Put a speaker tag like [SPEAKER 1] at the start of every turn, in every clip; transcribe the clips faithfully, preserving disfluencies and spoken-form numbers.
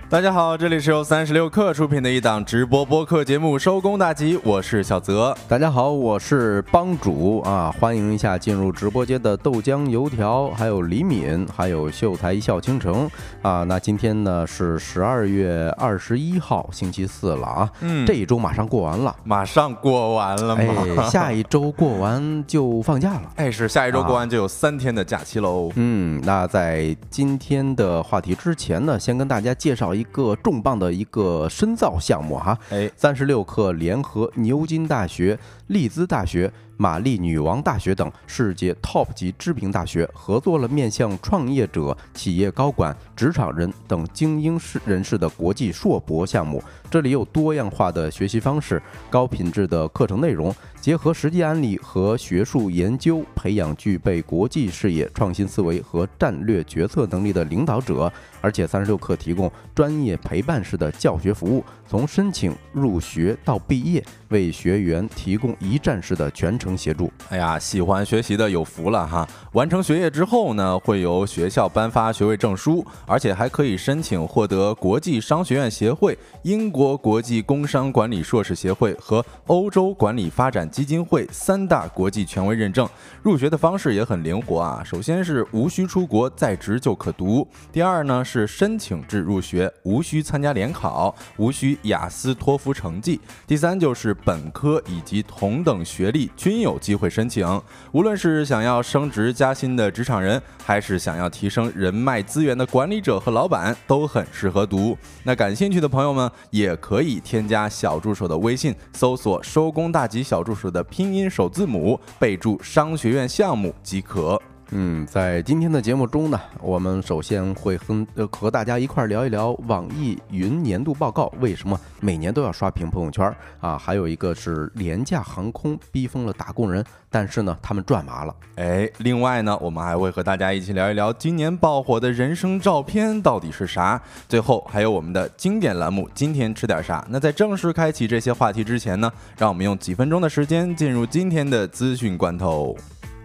[SPEAKER 1] 大家好，这里是由三十六氪出品的一档直播播客节目《收工大吉》，我是小泽。
[SPEAKER 2] 大家好，我是帮主啊，欢迎一下进入直播间的豆浆油条，还有李敏，还有秀才一笑倾城啊。那今天呢是十二月二十一号，星期四了啊。嗯，这一周马上过完了，
[SPEAKER 1] 马上过完了吗？
[SPEAKER 2] 哎，下一周过完就放假了。
[SPEAKER 1] 哎，是下一周过完就有三天的假期喽。
[SPEAKER 2] 啊、嗯，那在今天的话题之前呢，先跟大家介绍一个重磅的一个深造项目哈。哎，三十六氪联合牛津大学、利兹大学、玛丽女王大学等世界 top 级知名大学合作了面向创业者、企业高管、职场人等精英人士的国际硕博项目。这里有多样化的学习方式、高品质的课程内容，结合实际案例和学术研究，培养具备国际视野、创新思维和战略决策能力的领导者。而且三十六氪提供专业陪伴式的教学服务，从申请、入学到毕业，为学员提供一站式的全程协助。
[SPEAKER 1] 哎呀，喜欢学习的有福了哈！完成学业之后呢，会由学校颁发学位证书，而且还可以申请获得国际商学院协会、英国国际工商管理硕士协会和欧洲管理发展基金会三大国际权威认证。入学的方式也很灵活啊，首先是无需出国，在职就可读；第二呢是申请制入学，无需参加联考，无需雅思托福成绩；第三就是本科以及同等学历均有机会申请。无论是想要升职加薪的职场人，还是想要提升人脉资源的管理者和老板，都很适合读。那感兴趣的朋友们也可以添加小助手的微信，搜索收工大吉小助手的拼音首字母，备注商学院项目即可。
[SPEAKER 2] 嗯，在今天的节目中呢，我们首先会和呃和大家一块聊一聊网易云年度报告为什么每年都要刷屏朋友圈啊，还有一个是廉价航空逼疯了打工人，但是呢他们赚麻了。
[SPEAKER 1] 哎，另外呢，我们还会和大家一起聊一聊今年爆火的人生照片到底是啥，最后还有我们的经典栏目今天吃点啥。那在正式开启这些话题之前呢，让我们用几分钟的时间进入今天的资讯罐头。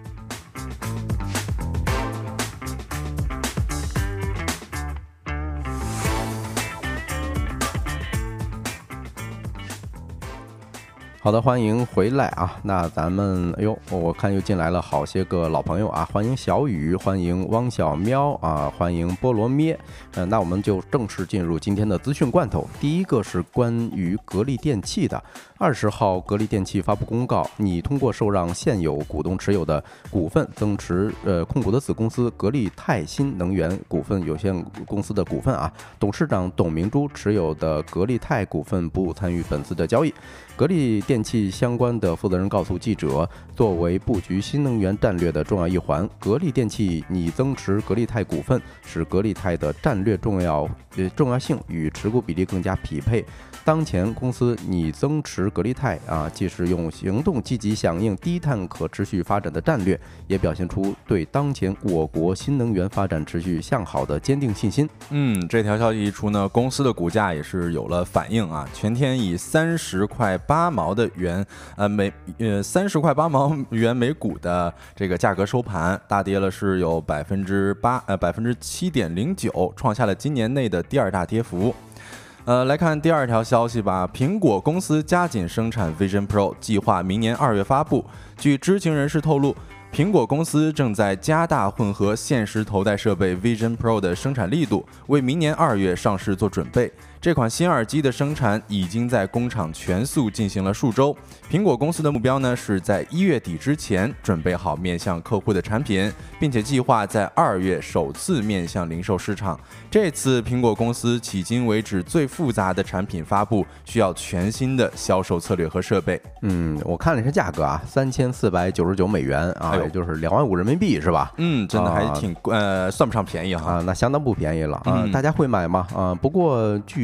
[SPEAKER 2] 好的，欢迎回来啊！那咱们，哎呦，我看又进来了好些个老朋友啊！欢迎小雨，欢迎汪小喵啊，欢迎菠萝咩。呃，那我们就正式进入今天的资讯罐头。第一个是关于格力电器的。二十号，格力电器发布公告，拟通过受让现有股东持有的股份，增持呃控股的子公司格力泰新能源股份有限公司的股份啊。董事长董明珠持有的格力泰股份不参与本次的交易。格力电器相关的负责人告诉记者，作为布局新能源战略的重要一环，格力电器拟增持格力泰股份，使格力泰的战略重要呃重要性与持股比例更加匹配。当前公司拟增持格力泰啊，既是用行动积极响应低碳可持续发展的战略，也表现出对当前我国新能源发展持续向好的坚定信心。
[SPEAKER 1] 嗯，这条消息一出呢，公司的股价也是有了反应啊，全天以三十块八毛的元，呃每呃三十块八毛元每股的这个价格收盘，大跌了是有百分之八呃百分之七点零九，创下了今年内的第二大跌幅。呃，来看第二条消息吧。苹果公司加紧生产 Vision Pro， 计划明年二月发布。据知情人士透露，苹果公司正在加大混合现实头戴设备 Vision Pro 的生产力度，为明年二月上市做准备。这款新耳机的生产已经在工厂全速进行了数周。苹果公司的目标呢，是在一月底之前准备好面向客户的产品，并且计划在二月首次面向零售市场。这次苹果公司迄今为止最复杂的产品发布，需要全新的销售策略和设备。
[SPEAKER 2] 嗯，我看了一下价格啊，三千四百九十九美元啊，也就是两万五人民币是吧？
[SPEAKER 1] 嗯，真的还挺、啊、呃，算不上便宜哈。
[SPEAKER 2] 啊，那相当不便宜了啊、嗯！大家会买吗？啊，不过据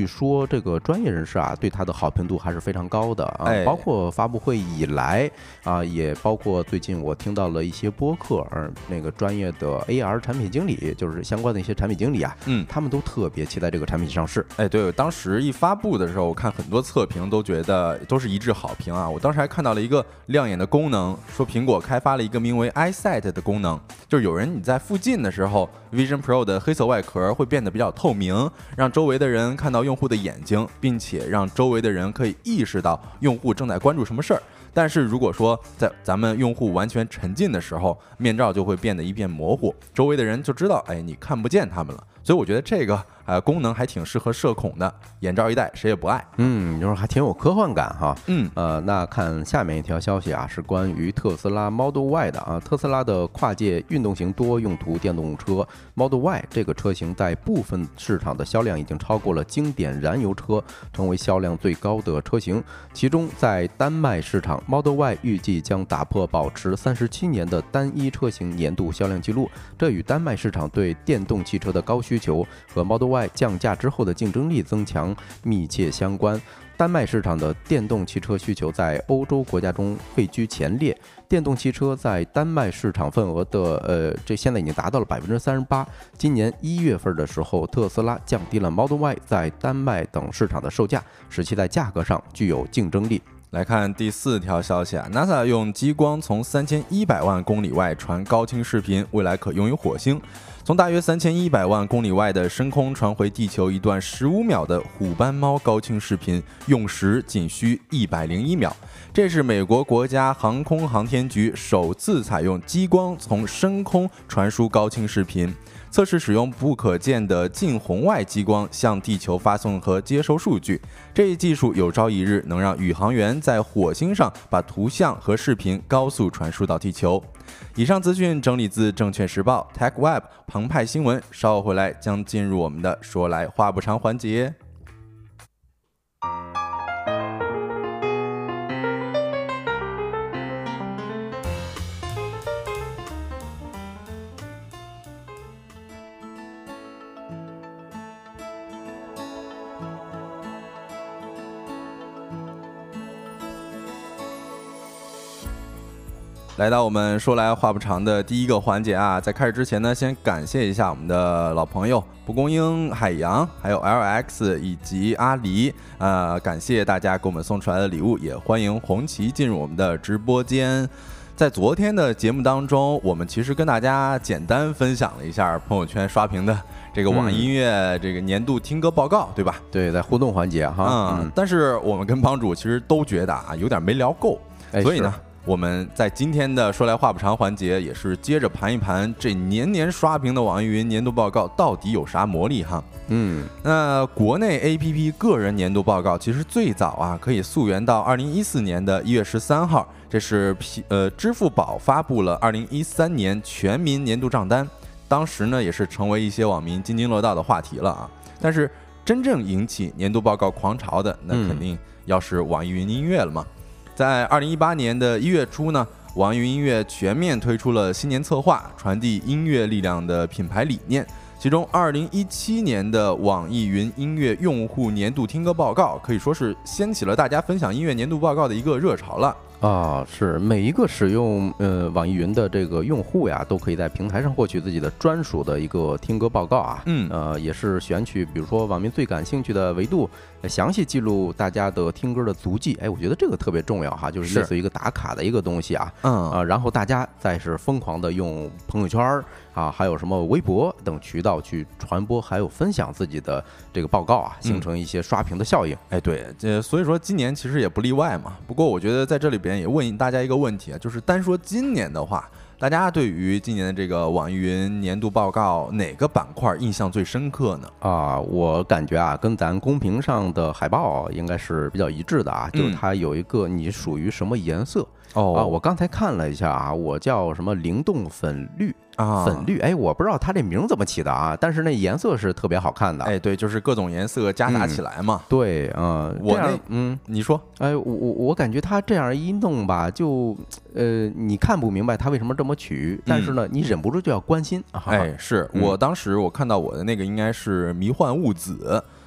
[SPEAKER 2] 说这个专业人士啊对它的好评度还是非常高的啊，
[SPEAKER 1] 哎、
[SPEAKER 2] 包括发布会以来啊，也包括最近我听到了一些播客，而那个专业的 A R 产品经理，就是相关的一些产品经理啊，
[SPEAKER 1] 嗯，
[SPEAKER 2] 他们都特别期待这个产品上市。
[SPEAKER 1] 哎，对，当时一发布的时候，我看很多测评都觉得都是一致好评啊。我当时还看到了一个亮眼的功能，说苹果开发了一个名为 EyeSight 的功能，就是有人你在附近的时候 ，Vision Pro 的黑色外壳会变得比较透明，让周围的人看到用户的眼睛，并且让周围的人可以意识到用户正在关注什么事儿。但是如果说在咱们用户完全沉浸的时候，面罩就会变得一片模糊，周围的人就知道，哎，你看不见他们了。所以我觉得这个呃功能还挺适合社恐的，眼罩一戴谁也不爱。
[SPEAKER 2] 嗯，你说还挺有科幻感哈。
[SPEAKER 1] 嗯，
[SPEAKER 2] 呃，那看下面一条消息啊，是关于特斯拉 Model Y 的啊。特斯拉的跨界运动型多用途电动车 Model Y 这个车型在部分市场的销量已经超过了经典燃油车，成为销量最高的车型。其中在丹麦市场 ，Model Y 预计将打破保持三十七年的单一车型年度销量记录，这与丹麦市场对电动汽车的高需求和 Model Y 降价之后的竞争力增强密切相关。丹麦市场的电动汽车需求在欧洲国家中位居前列，电动汽车在丹麦市场份额的呃，这现在已经达到了百分之三十八。今年一月份的时候，特斯拉降低了 Model Y 在丹麦等市场的售价，使其在价格上具有竞争力。
[SPEAKER 1] 来看第四条消息啊 ，NASA 用激光从三千一百万公里外传高清视频，未来可用于火星。从大约三千一百万公里外的深空传回地球一段十五秒的虎斑猫高清视频，用时仅需一百零一秒。这是美国国家航空航天局首次采用激光从深空传输高清视频。测试使用不可见的近红外激光向地球发送和接收数据，这一技术有朝一日能让宇航员在火星上把图像和视频高速传输到地球。以上资讯整理自证券时报、TechWeb、澎湃新闻，稍后回来将进入我们的说来话不长环节。来到我们说来话不长的第一个环节啊，在开始之前呢，先感谢一下我们的老朋友蒲公英、海洋，还有 L X 以及阿狸，呃，感谢大家给我们送出来的礼物，也欢迎红旗进入我们的直播间。在昨天的节目当中，我们其实跟大家简单分享了一下朋友圈刷屏的这个网易音乐这个年度听歌报告，对吧？
[SPEAKER 2] 对，在互动环节哈。
[SPEAKER 1] 嗯，但是我们跟帮主其实都觉得啊，有点没聊够，所以呢。我们在今天的说来话不长环节，也是接着盘一盘这年年刷屏的网易云年度报告到底有啥魔力哈。
[SPEAKER 2] 嗯，
[SPEAKER 1] 那国内 A P P 个人年度报告其实最早啊可以溯源到二零一四年的一月十三号，这是呃支付宝发布了二零一三年全民年度账单，当时呢也是成为一些网民津津乐道的话题了啊。但是真正引起年度报告狂潮的，那肯定要是网易云音乐了嘛。在二零一八年的一月初呢，网易云音乐全面推出了新年策划，传递音乐力量的品牌理念。其中二零一七年的网易云音乐用户年度听歌报告可以说是掀起了大家分享音乐年度报告的一个热潮了。
[SPEAKER 2] 啊，是每一个使用呃网易云的这个用户呀，都可以在平台上获取自己的专属的一个听歌报告啊。
[SPEAKER 1] 嗯，
[SPEAKER 2] 呃，也是选取比如说网民最感兴趣的维度，详细记录大家的听歌的足迹。哎，我觉得这个特别重要哈，就是类似于一个打卡的一个东西啊。
[SPEAKER 1] 嗯
[SPEAKER 2] 啊，然后大家再是疯狂的用朋友圈啊，还有什么微博等渠道去传播，还有分享自己的这个报告啊，形成一些刷屏的效应。
[SPEAKER 1] 哎，对，这所以说今年其实也不例外嘛。不过我觉得在这里边也问大家一个问题啊，就是单说今年的话，大家对于今年的这个网易云年度报告哪个板块印象最深刻呢？
[SPEAKER 2] 啊，我感觉啊，跟咱公屏上的海报应该是比较一致的啊，就是它有一个你属于什么颜色。
[SPEAKER 1] 哦
[SPEAKER 2] 啊，我刚才看了一下啊，我叫什么灵动粉绿
[SPEAKER 1] 啊，
[SPEAKER 2] 粉绿，哎，我不知道它这名怎么起的啊，但是那颜色是特别好看的。
[SPEAKER 1] 哎，对，就是各种颜色夹杂起来嘛。
[SPEAKER 2] 嗯、对，嗯、呃，
[SPEAKER 1] 我那
[SPEAKER 2] 嗯，
[SPEAKER 1] 你说，
[SPEAKER 2] 哎，我我我感觉它这样一弄吧，就呃，你看不明白它为什么这么取，但是呢，嗯、你忍不住就要关心。啊、
[SPEAKER 1] 哎，是、
[SPEAKER 2] 嗯、
[SPEAKER 1] 我当时我看到我的那个应该是迷幻物紫。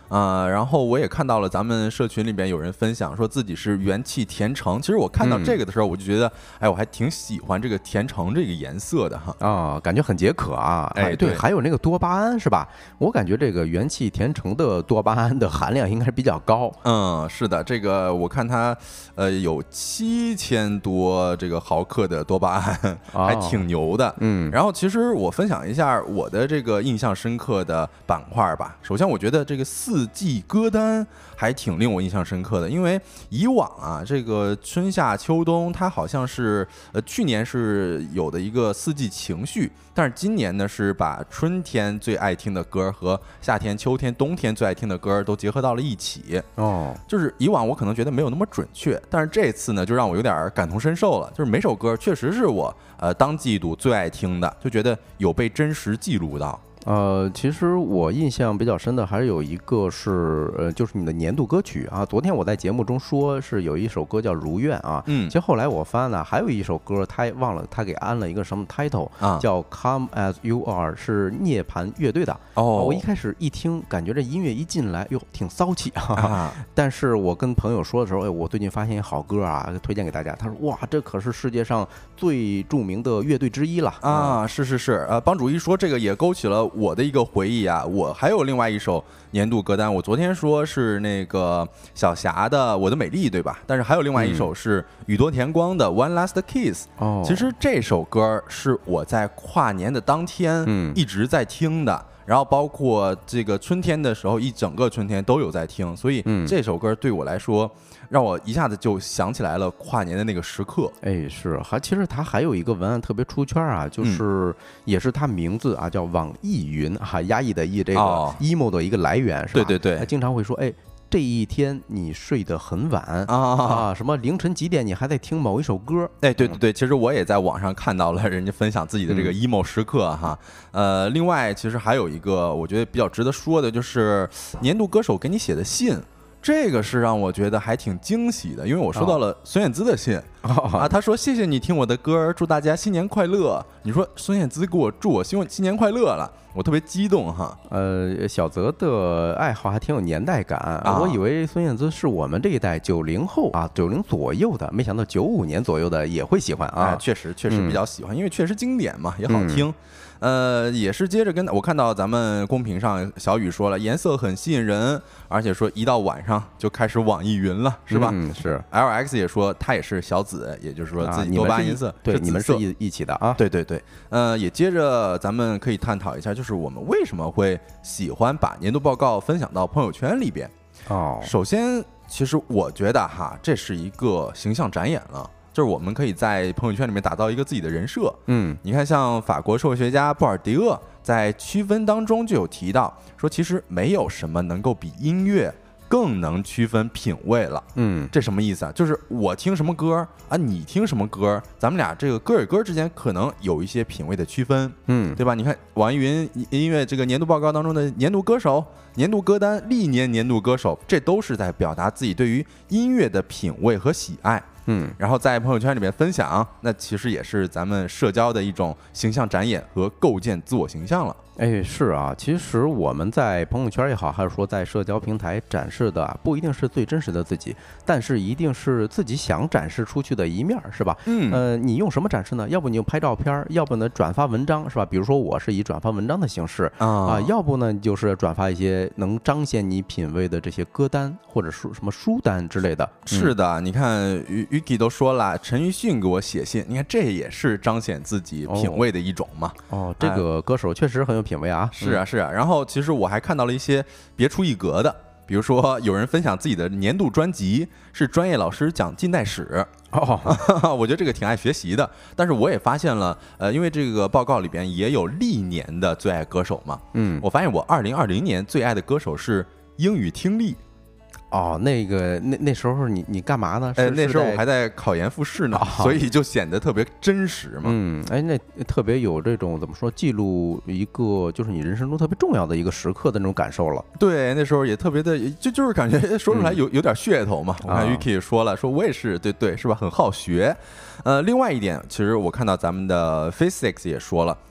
[SPEAKER 1] 呃，然后我也看到了咱们社群里边有人分享说自己是元气甜橙。其实我看到这个的时候，我就觉得，嗯、哎，我还挺喜欢这个甜橙这个颜色的哈。
[SPEAKER 2] 啊，感觉很解渴啊。
[SPEAKER 1] 哎，
[SPEAKER 2] 对，还有那个多巴胺是吧？我感觉这个元气甜橙的多巴胺的含量应该是比较高。
[SPEAKER 1] 嗯，是的，这个我看它，呃，有七千多这个毫克的多巴胺，
[SPEAKER 2] 哦、
[SPEAKER 1] 还挺牛的。
[SPEAKER 2] 嗯，
[SPEAKER 1] 然后其实我分享一下我的这个印象深刻的板块吧。首先，我觉得这个四季歌单还挺令我印象深刻的，因为以往啊，这个春夏秋冬它好像是呃去年是有的一个四季情绪，但是今年呢是把春天最爱听的歌和夏天、秋天、冬天最爱听的歌都结合到了一起。
[SPEAKER 2] 哦，
[SPEAKER 1] 就是以往我可能觉得没有那么准确，但是这次呢就让我有点感同身受了，就是每首歌确实是我呃当季度最爱听的，就觉得有被真实记录到。
[SPEAKER 2] 呃，其实我印象比较深的还是有一个是，呃，就是你的年度歌曲啊。昨天我在节目中说是有一首歌叫《如愿》啊，
[SPEAKER 1] 嗯，
[SPEAKER 2] 其实后来我发现呢，还有一首歌，他忘了他给安了一个什么 title
[SPEAKER 1] 啊，
[SPEAKER 2] 叫《Come as You Are》，是涅槃乐队的。
[SPEAKER 1] 哦，
[SPEAKER 2] 我一开始一听，感觉这音乐一进来，哟，挺骚气
[SPEAKER 1] 啊。
[SPEAKER 2] 但是我跟朋友说的时候，哎，我最近发现一好歌啊，推荐给大家。他说，哇，这可是世界上最著名的乐队之一了
[SPEAKER 1] 啊！是是是，呃，帮主一说这个也勾起了我的一个回忆啊。我还有另外一首年度歌单，我昨天说是那个小霞的《我的美丽》，对吧？但是还有另外一首是宇多田光的《One Last Kiss》。
[SPEAKER 2] 哦，
[SPEAKER 1] 其实这首歌是我在跨年的当天一直在听的。嗯，然后包括这个春天的时候，一整个春天都有在听，所以这首歌对我来说，让我一下子就想起来了跨年的那个时刻。
[SPEAKER 2] 哎，是，还其实它还有一个文案特别出圈啊，就是也是它名字啊，叫网易云哈，压抑的抑，这个 emo 的一个来源是吧？
[SPEAKER 1] 对对对，
[SPEAKER 2] 他经常会说，哎。这一天你睡得很晚啊啊！什么凌晨几点你还在听某一首歌？
[SPEAKER 1] 哎，对对对，其实我也在网上看到了人家分享自己的这个 emo 时刻哈。呃，另外其实还有一个我觉得比较值得说的，就是年度歌手给你写的信。这个是让我觉得还挺惊喜的，因为我收到了孙燕姿的信、哦、啊，他说谢谢你听我的歌，祝大家新年快乐。你说孙燕姿给我祝我新新年快乐了，我特别激动哈。
[SPEAKER 2] 呃，小泽的爱好还挺有年代感、啊、我以为孙燕姿是我们这一代九零后啊，九零左右的，没想到九五年左右的也会喜欢啊。
[SPEAKER 1] 哎、确实确实比较喜欢、嗯，因为确实经典嘛，也好听。嗯呃，也是接着跟我看到咱们公屏上小雨说了，颜色很吸引人，而且说一到晚上就开始网易云了，是吧？
[SPEAKER 2] 嗯，是。
[SPEAKER 1] L X 也说他也是小紫，也就是说自己多巴胺颜色、啊、
[SPEAKER 2] 对，你们是一一起的啊。
[SPEAKER 1] 对对对，呃，也接着咱们可以探讨一下，就是我们为什么会喜欢把年度报告分享到朋友圈里边。
[SPEAKER 2] 哦，
[SPEAKER 1] 首先，其实我觉得哈，这是一个形象展演了。就是我们可以在朋友圈里面打造一个自己的人设。
[SPEAKER 2] 嗯，
[SPEAKER 1] 你看，像法国社会学家布尔迪厄在区分当中就有提到说，其实没有什么能够比音乐更能区分品味了。
[SPEAKER 2] 嗯，
[SPEAKER 1] 这什么意思啊？就是我听什么歌啊，你听什么歌，咱们俩这个歌与歌之间可能有一些品味的区分。
[SPEAKER 2] 嗯，
[SPEAKER 1] 对吧？你看网易云音乐这个年度报告当中的年度歌手、年度歌单、历年年度歌手，这都是在表达自己对于音乐的品味和喜爱。
[SPEAKER 2] 嗯，
[SPEAKER 1] 然后在朋友圈里面分享，那其实也是咱们社交的一种形象展演和构建自我形象了。
[SPEAKER 2] 哎，是啊，其实我们在朋友圈也好，还是说在社交平台展示的，不一定是最真实的自己，但是一定是自己想展示出去的一面，是吧？
[SPEAKER 1] 嗯，
[SPEAKER 2] 呃，你用什么展示呢？要不你用拍照片，要不呢转发文章，是吧？比如说我是以转发文章的形式啊、
[SPEAKER 1] 哦
[SPEAKER 2] 呃，要不呢就是转发一些能彰显你品味的这些歌单或者书什么书单之类的。
[SPEAKER 1] 是的，嗯、你看于 Yuki 都说了，陈奕迅给我写信，你看这也是彰显自己品味的一种嘛。
[SPEAKER 2] 哦，哦这个歌手确实很有品味啊。
[SPEAKER 1] 是啊，是啊。然后其实我还看到了一些别出一格的，比如说有人分享自己的年度专辑是专业老师讲近代史。
[SPEAKER 2] 哦，
[SPEAKER 1] 我觉得这个挺爱学习的。但是我也发现了，呃，因为这个报告里边也有历年的最爱歌手嘛。
[SPEAKER 2] 嗯，
[SPEAKER 1] 我发现我二零二零年最爱的歌手是英语听力。
[SPEAKER 2] 哦，那个那那时候你你干嘛呢？
[SPEAKER 1] 哎，那时候我还在考研复试呢、哦，所以就显得特别真实嘛。
[SPEAKER 2] 嗯，哎，那特别有这种怎么说，记录一个就是你人生中特别重要的一个时刻的那种感受了。
[SPEAKER 1] 对，那时候也特别的，就就是感觉说出来有有点噱头嘛。
[SPEAKER 2] 嗯、
[SPEAKER 1] 我看 Yuki 说了，说我也是，对对，是吧？很好学。呃，另外一点，其实我看到咱们的 Face Six 也说了，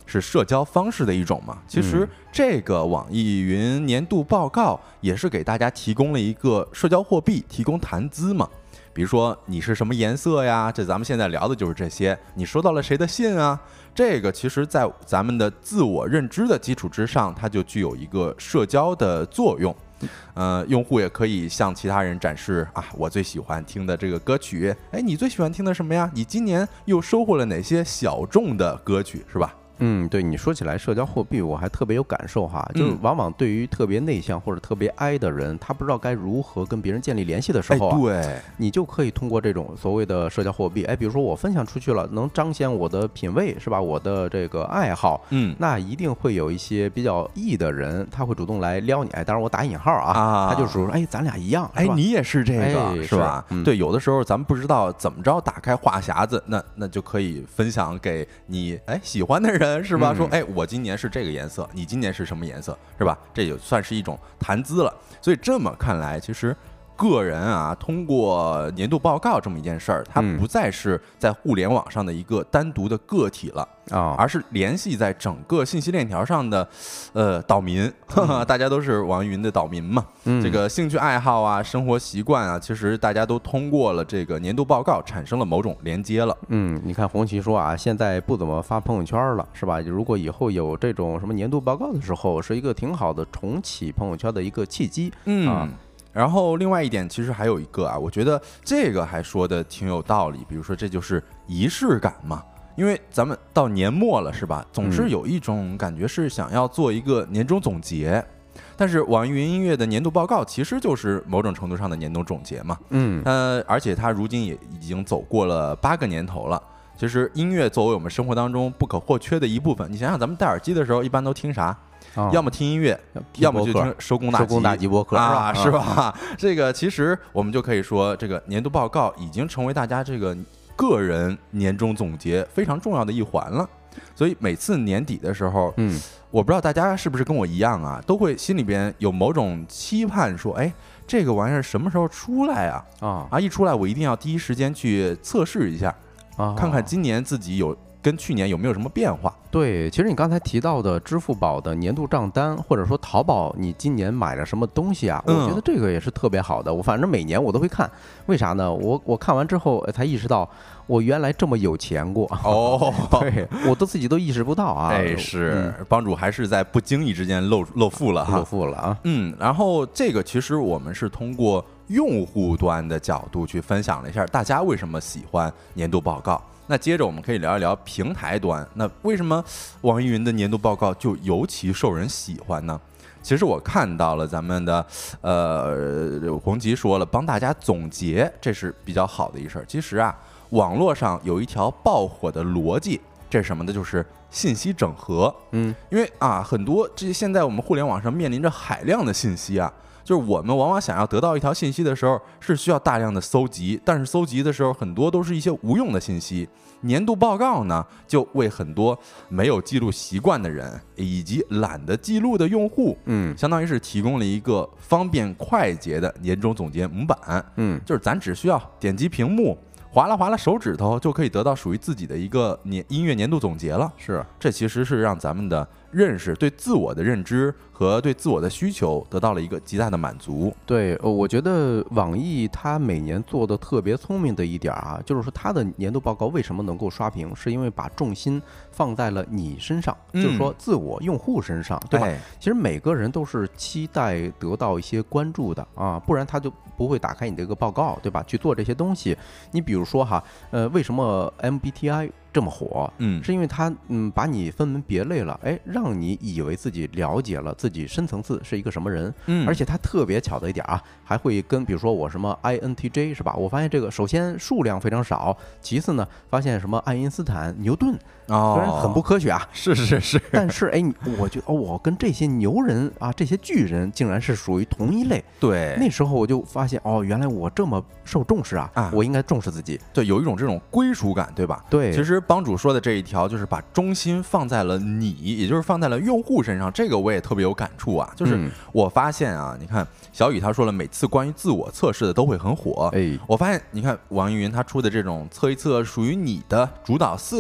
[SPEAKER 1] 是社交方式的一种嘛。其实这个网易云年度报告也是给大家提供了一个社交货币，提供谈资嘛。比如说你是什么颜色呀，这咱们现在聊的就是这些。你收到了谁的信啊？这个其实在咱们的自我认知的基础之上，它就具有一个社交的作用。呃，用户也可以向其他人展示啊，我最喜欢听的这个歌曲。哎，你最喜欢听的什么呀？你今年又收获了哪些小众的歌曲，是吧？
[SPEAKER 2] 嗯，对，你说起来社交货币，我还特别有感受哈，就是往往对于特别内向或者特别 I 的人，他不知道该如何跟别人建立联系的时候啊，
[SPEAKER 1] 对，
[SPEAKER 2] 你就可以通过这种所谓的社交货币，哎，比如说我分享出去了，能彰显我的品味，是吧？我的这个爱好，
[SPEAKER 1] 嗯，
[SPEAKER 2] 那一定会有一些比较 E 的人，他会主动来撩你，哎，当然我打引号啊，啊他就说，哎，咱俩一样，
[SPEAKER 1] 哎，你也是这个，
[SPEAKER 2] 哎、
[SPEAKER 1] 是吧？
[SPEAKER 2] 是嗯、
[SPEAKER 1] 对，有的时候咱们不知道怎么着打开话匣子，那那就可以分享给你哎喜欢的人，是吧？嗯、说哎。我今年是这个颜色，你今年是什么颜色，是吧？这也算是一种谈资了。所以这么看来，其实个人啊，通过年度报告这么一件事儿，它不再是在互联网上的一个单独的个体了啊、嗯，而是联系在整个信息链条上的呃岛民，呵呵大家都是网易云的岛民嘛。嗯，这个兴趣爱好啊、生活习惯啊，其实大家都通过了这个年度报告产生了某种连接了。
[SPEAKER 2] 嗯，你看红旗说啊，现在不怎么发朋友圈了，是吧？如果以后有这种什么年度报告的时候，是一个挺好的重启朋友圈的一个契机。
[SPEAKER 1] 嗯。
[SPEAKER 2] 啊
[SPEAKER 1] 然后另外一点，其实还有一个啊，我觉得这个还说的挺有道理。比如说，这就是仪式感嘛，因为咱们到年末了，是吧？总是有一种感觉是想要做一个年终总结。嗯、但是网易云音乐的年度报告其实就是某种程度上的年终总结嘛。嗯，呃，而且它如今也已经走过了八个年头了。其实音乐作为我们生活当中不可或缺的一部分，你想想，咱们戴耳机的时候一般都听啥？哦、要么听音乐，要么就听收工大
[SPEAKER 2] 收工大吉播客
[SPEAKER 1] 啊，是吧？嗯、这个其实我们就可以说，这个年度报告已经成为大家这个个人年终总结非常重要的一环了。所以每次年底的时候，嗯，我不知道大家是不是跟我一样啊，都会心里边有某种期盼，说，哎，这个玩意儿什么时候出来啊？啊啊，一出来我一定要第一时间去测试一下，啊，看看今年自己有。跟去年有没有什么变化？
[SPEAKER 2] 对，其实你刚才提到的支付宝的年度账单，或者说淘宝你今年买了什么东西啊？嗯、我觉得这个也是特别好的。我反正每年我都会看，为啥呢？我我看完之后才意识到，我原来这么有钱过哦，对我都自己都意识不到啊。
[SPEAKER 1] 哎，是、嗯、帮主还是在不经意之间露露富了哈，
[SPEAKER 2] 露富了啊。
[SPEAKER 1] 嗯，然后这个其实我们是通过用户端的角度去分享了一下，大家为什么喜欢年度报告。那接着我们可以聊一聊平台端，那为什么网易云的年度报告就尤其受人喜欢呢？其实我看到了咱们的呃红旗说了，帮大家总结，这是比较好的一事儿。其实啊，网络上有一条爆火的逻辑，这是什么呢？就是信息整合。嗯，因为啊，很多这现在我们互联网上面临着海量的信息啊。就是我们往往想要得到一条信息的时候，是需要大量的搜集，但是搜集的时候很多都是一些无用的信息。年度报告呢，就为很多没有记录习惯的人以及懒得记录的用户，嗯，相当于是提供了一个方便快捷的年终总结模板。嗯，就是咱只需要点击屏幕，划拉划拉手指头，就可以得到属于自己的一个年音乐年度总结了。
[SPEAKER 2] 是，
[SPEAKER 1] 这其实是让咱们的认识、对自我的认知和对自我的需求得到了一个极大的满足。
[SPEAKER 2] 对，我觉得网易它每年做的特别聪明的一点啊，就是说它的年度报告为什么能够刷屏，是因为把重心放在了你身上，嗯、就是说自我用户身上，对吧？哎、其实每个人都是期待得到一些关注的啊，不然他就不会打开你这个报告，对吧？去做这些东西。你比如说哈，呃，为什么 M B T I这么火？嗯，是因为它嗯把你分门别类了，哎，让你以为自己了解了自己深层次是一个什么人。嗯，而且它特别巧的一点啊，还会跟比如说我什么 I N T J 是吧？我发现这个首先数量非常少，其次呢，发现什么爱因斯坦、牛顿，哦，虽然很不科学啊，
[SPEAKER 1] 是是是，
[SPEAKER 2] 但是哎，我觉得哦，我跟这些牛人啊，这些巨人竟然是属于同一类。
[SPEAKER 1] 对，
[SPEAKER 2] 那时候我就发现哦，原来我这么受重视啊，啊我应该重视自己。
[SPEAKER 1] 对，有一种这种归属感，对吧？
[SPEAKER 2] 对，
[SPEAKER 1] 其实帮主说的这一条就是把中心放在了你，也就是放在了用户身上。这个我也特别有感触啊，就是我发现啊，你看小雨他说了，每次关于自我测试的都会很火。哎，我发现你看网易云他出的这种测一测属于你的主导色，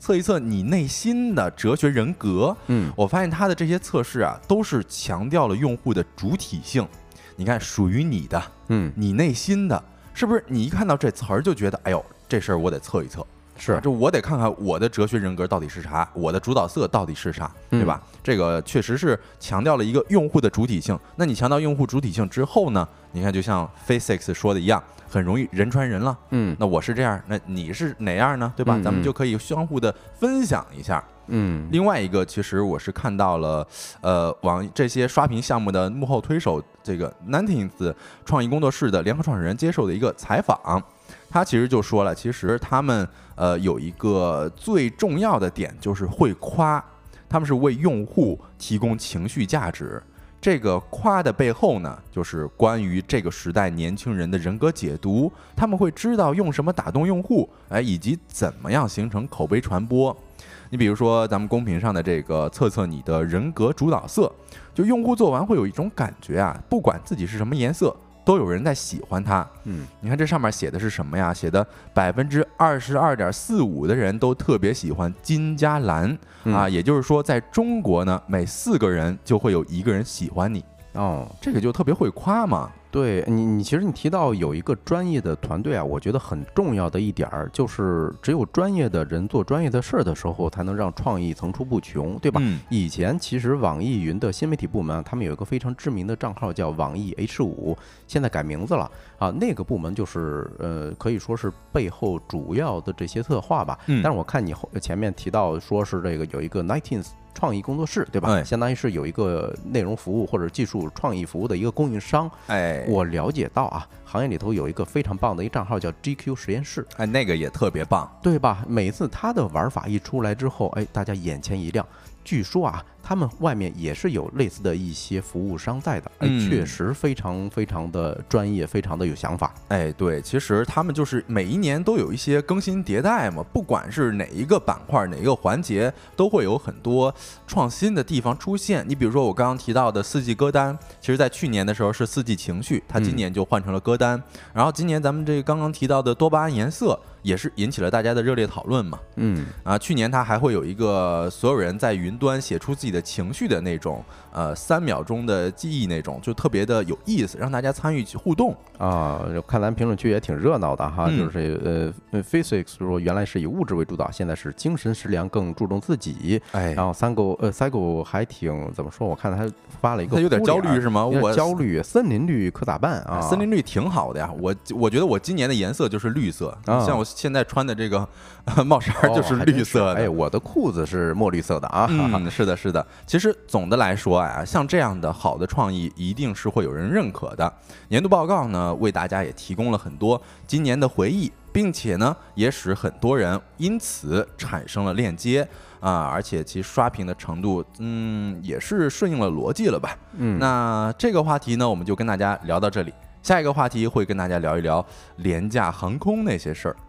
[SPEAKER 1] 测一测你内心的哲学人格。
[SPEAKER 2] 嗯，
[SPEAKER 1] 我发现它的这些测试啊，都是强调了用户的主体性。你看，属于你的，
[SPEAKER 2] 嗯，
[SPEAKER 1] 你内心的，是不是？你一看到这词儿就觉得，哎呦，这事儿我得测一测。
[SPEAKER 2] 是，
[SPEAKER 1] 就我得看看我的哲学人格到底是啥，我的主导色到底是啥，对吧？嗯、这个确实是强调了一个用户的主体性。那你强调用户主体性之后呢？你看，就像 Physics 说的一样，很容易人传人了。
[SPEAKER 2] 嗯，
[SPEAKER 1] 那我是这样，那你是哪样呢？对吧？
[SPEAKER 2] 嗯、
[SPEAKER 1] 咱们就可以相互的分享一下。
[SPEAKER 2] 嗯，
[SPEAKER 1] 另外一个，其实我是看到了，呃，网这些刷屏项目的幕后推手，这个 Nineteenth 创意工作室的联合创始人接受的一个采访。他其实就说了，其实他们呃有一个最重要的点就是会夸，他们是为用户提供情绪价值。这个夸的背后呢，就是关于这个时代年轻人的人格解读，他们会知道用什么打动用户，哎，以及怎么样形成口碑传播。你比如说咱们公屏上的这个测测你的人格主导色，就用户做完会有一种感觉啊，不管自己是什么颜色，都有人在喜欢它。
[SPEAKER 2] 嗯，
[SPEAKER 1] 你看这上面写的是什么呀？写的百分之二十二点四五的人都特别喜欢金加蓝、嗯、啊，也就是说，在中国呢，每四个人就会有一个人喜欢你。
[SPEAKER 2] 哦，
[SPEAKER 1] 这个就特别会夸嘛。
[SPEAKER 2] 对你，你其实你提到有一个专业的团队啊，我觉得很重要的一点儿就是，只有专业的人做专业的事儿的时候，才能让创意层出不穷，对吧？
[SPEAKER 1] 嗯、
[SPEAKER 2] 以前其实网易云的新媒体部门，他们有一个非常知名的账号叫网易 H 五，现在改名字了啊。那个部门就是呃，可以说是背后主要的这些策划吧。
[SPEAKER 1] 嗯、
[SPEAKER 2] 但是我看你后前面提到说是这个有一个 Nineteenth。创意工作室对吧？
[SPEAKER 1] 哎、
[SPEAKER 2] 相当于是有一个内容服务或者技术创意服务的一个供应商。
[SPEAKER 1] 哎，
[SPEAKER 2] 我了解到啊，行业里头有一个非常棒的一个账号叫 G Q 实验室，
[SPEAKER 1] 哎，那个也特别棒，
[SPEAKER 2] 对吧？每次他的玩法一出来之后，哎，大家眼前一亮。据说啊，他们外面也是有类似的一些服务商在的，哎，
[SPEAKER 1] 嗯、
[SPEAKER 2] 确实非常非常的专业，非常的有想法。
[SPEAKER 1] 哎，对，其实他们就是每一年都有一些更新迭代嘛，不管是哪一个板块、哪一个环节，都会有很多创新的地方出现。你比如说我刚刚提到的四季歌单，其实在去年的时候是四季情绪，它今年就换成了歌单。嗯、然后今年咱们这个刚刚提到的多巴胺颜色，也是引起了大家的热烈讨论嘛。
[SPEAKER 2] 嗯
[SPEAKER 1] 啊，去年它还会有一个所有人在云端写出自己的情绪的那种，呃，三秒钟的记忆那种，就特别的有意思，让大家参与互动
[SPEAKER 2] 啊。看咱评论区也挺热闹的哈，嗯、就是呃，Physics 说原来是以物质为主导，现在是精神食粮更注重自己。
[SPEAKER 1] 哎，
[SPEAKER 2] 然后三狗呃三狗还挺怎么说？我看他发了一个，
[SPEAKER 1] 他有点焦虑是吗？我
[SPEAKER 2] 焦虑，森林绿可咋办啊？
[SPEAKER 1] 森林绿挺好的呀，我我觉得我今年的颜色就是绿色，啊、像我现在穿的这个帽衫就是绿色的。
[SPEAKER 2] 哦、哎，我的裤子是墨绿色的啊。
[SPEAKER 1] 嗯，是的，是的。其实总的来说啊，像这样的好的创意，一定是会有人认可的。年度报告呢，为大家也提供了很多今年的回忆，并且呢，也使很多人因此产生了链接啊，而且其刷屏的程度，嗯，也是顺应了逻辑了吧。
[SPEAKER 2] 嗯，
[SPEAKER 1] 那这个话题呢，我们就跟大家聊到这里。下一个话题会跟大家聊一聊廉价航空那些事儿。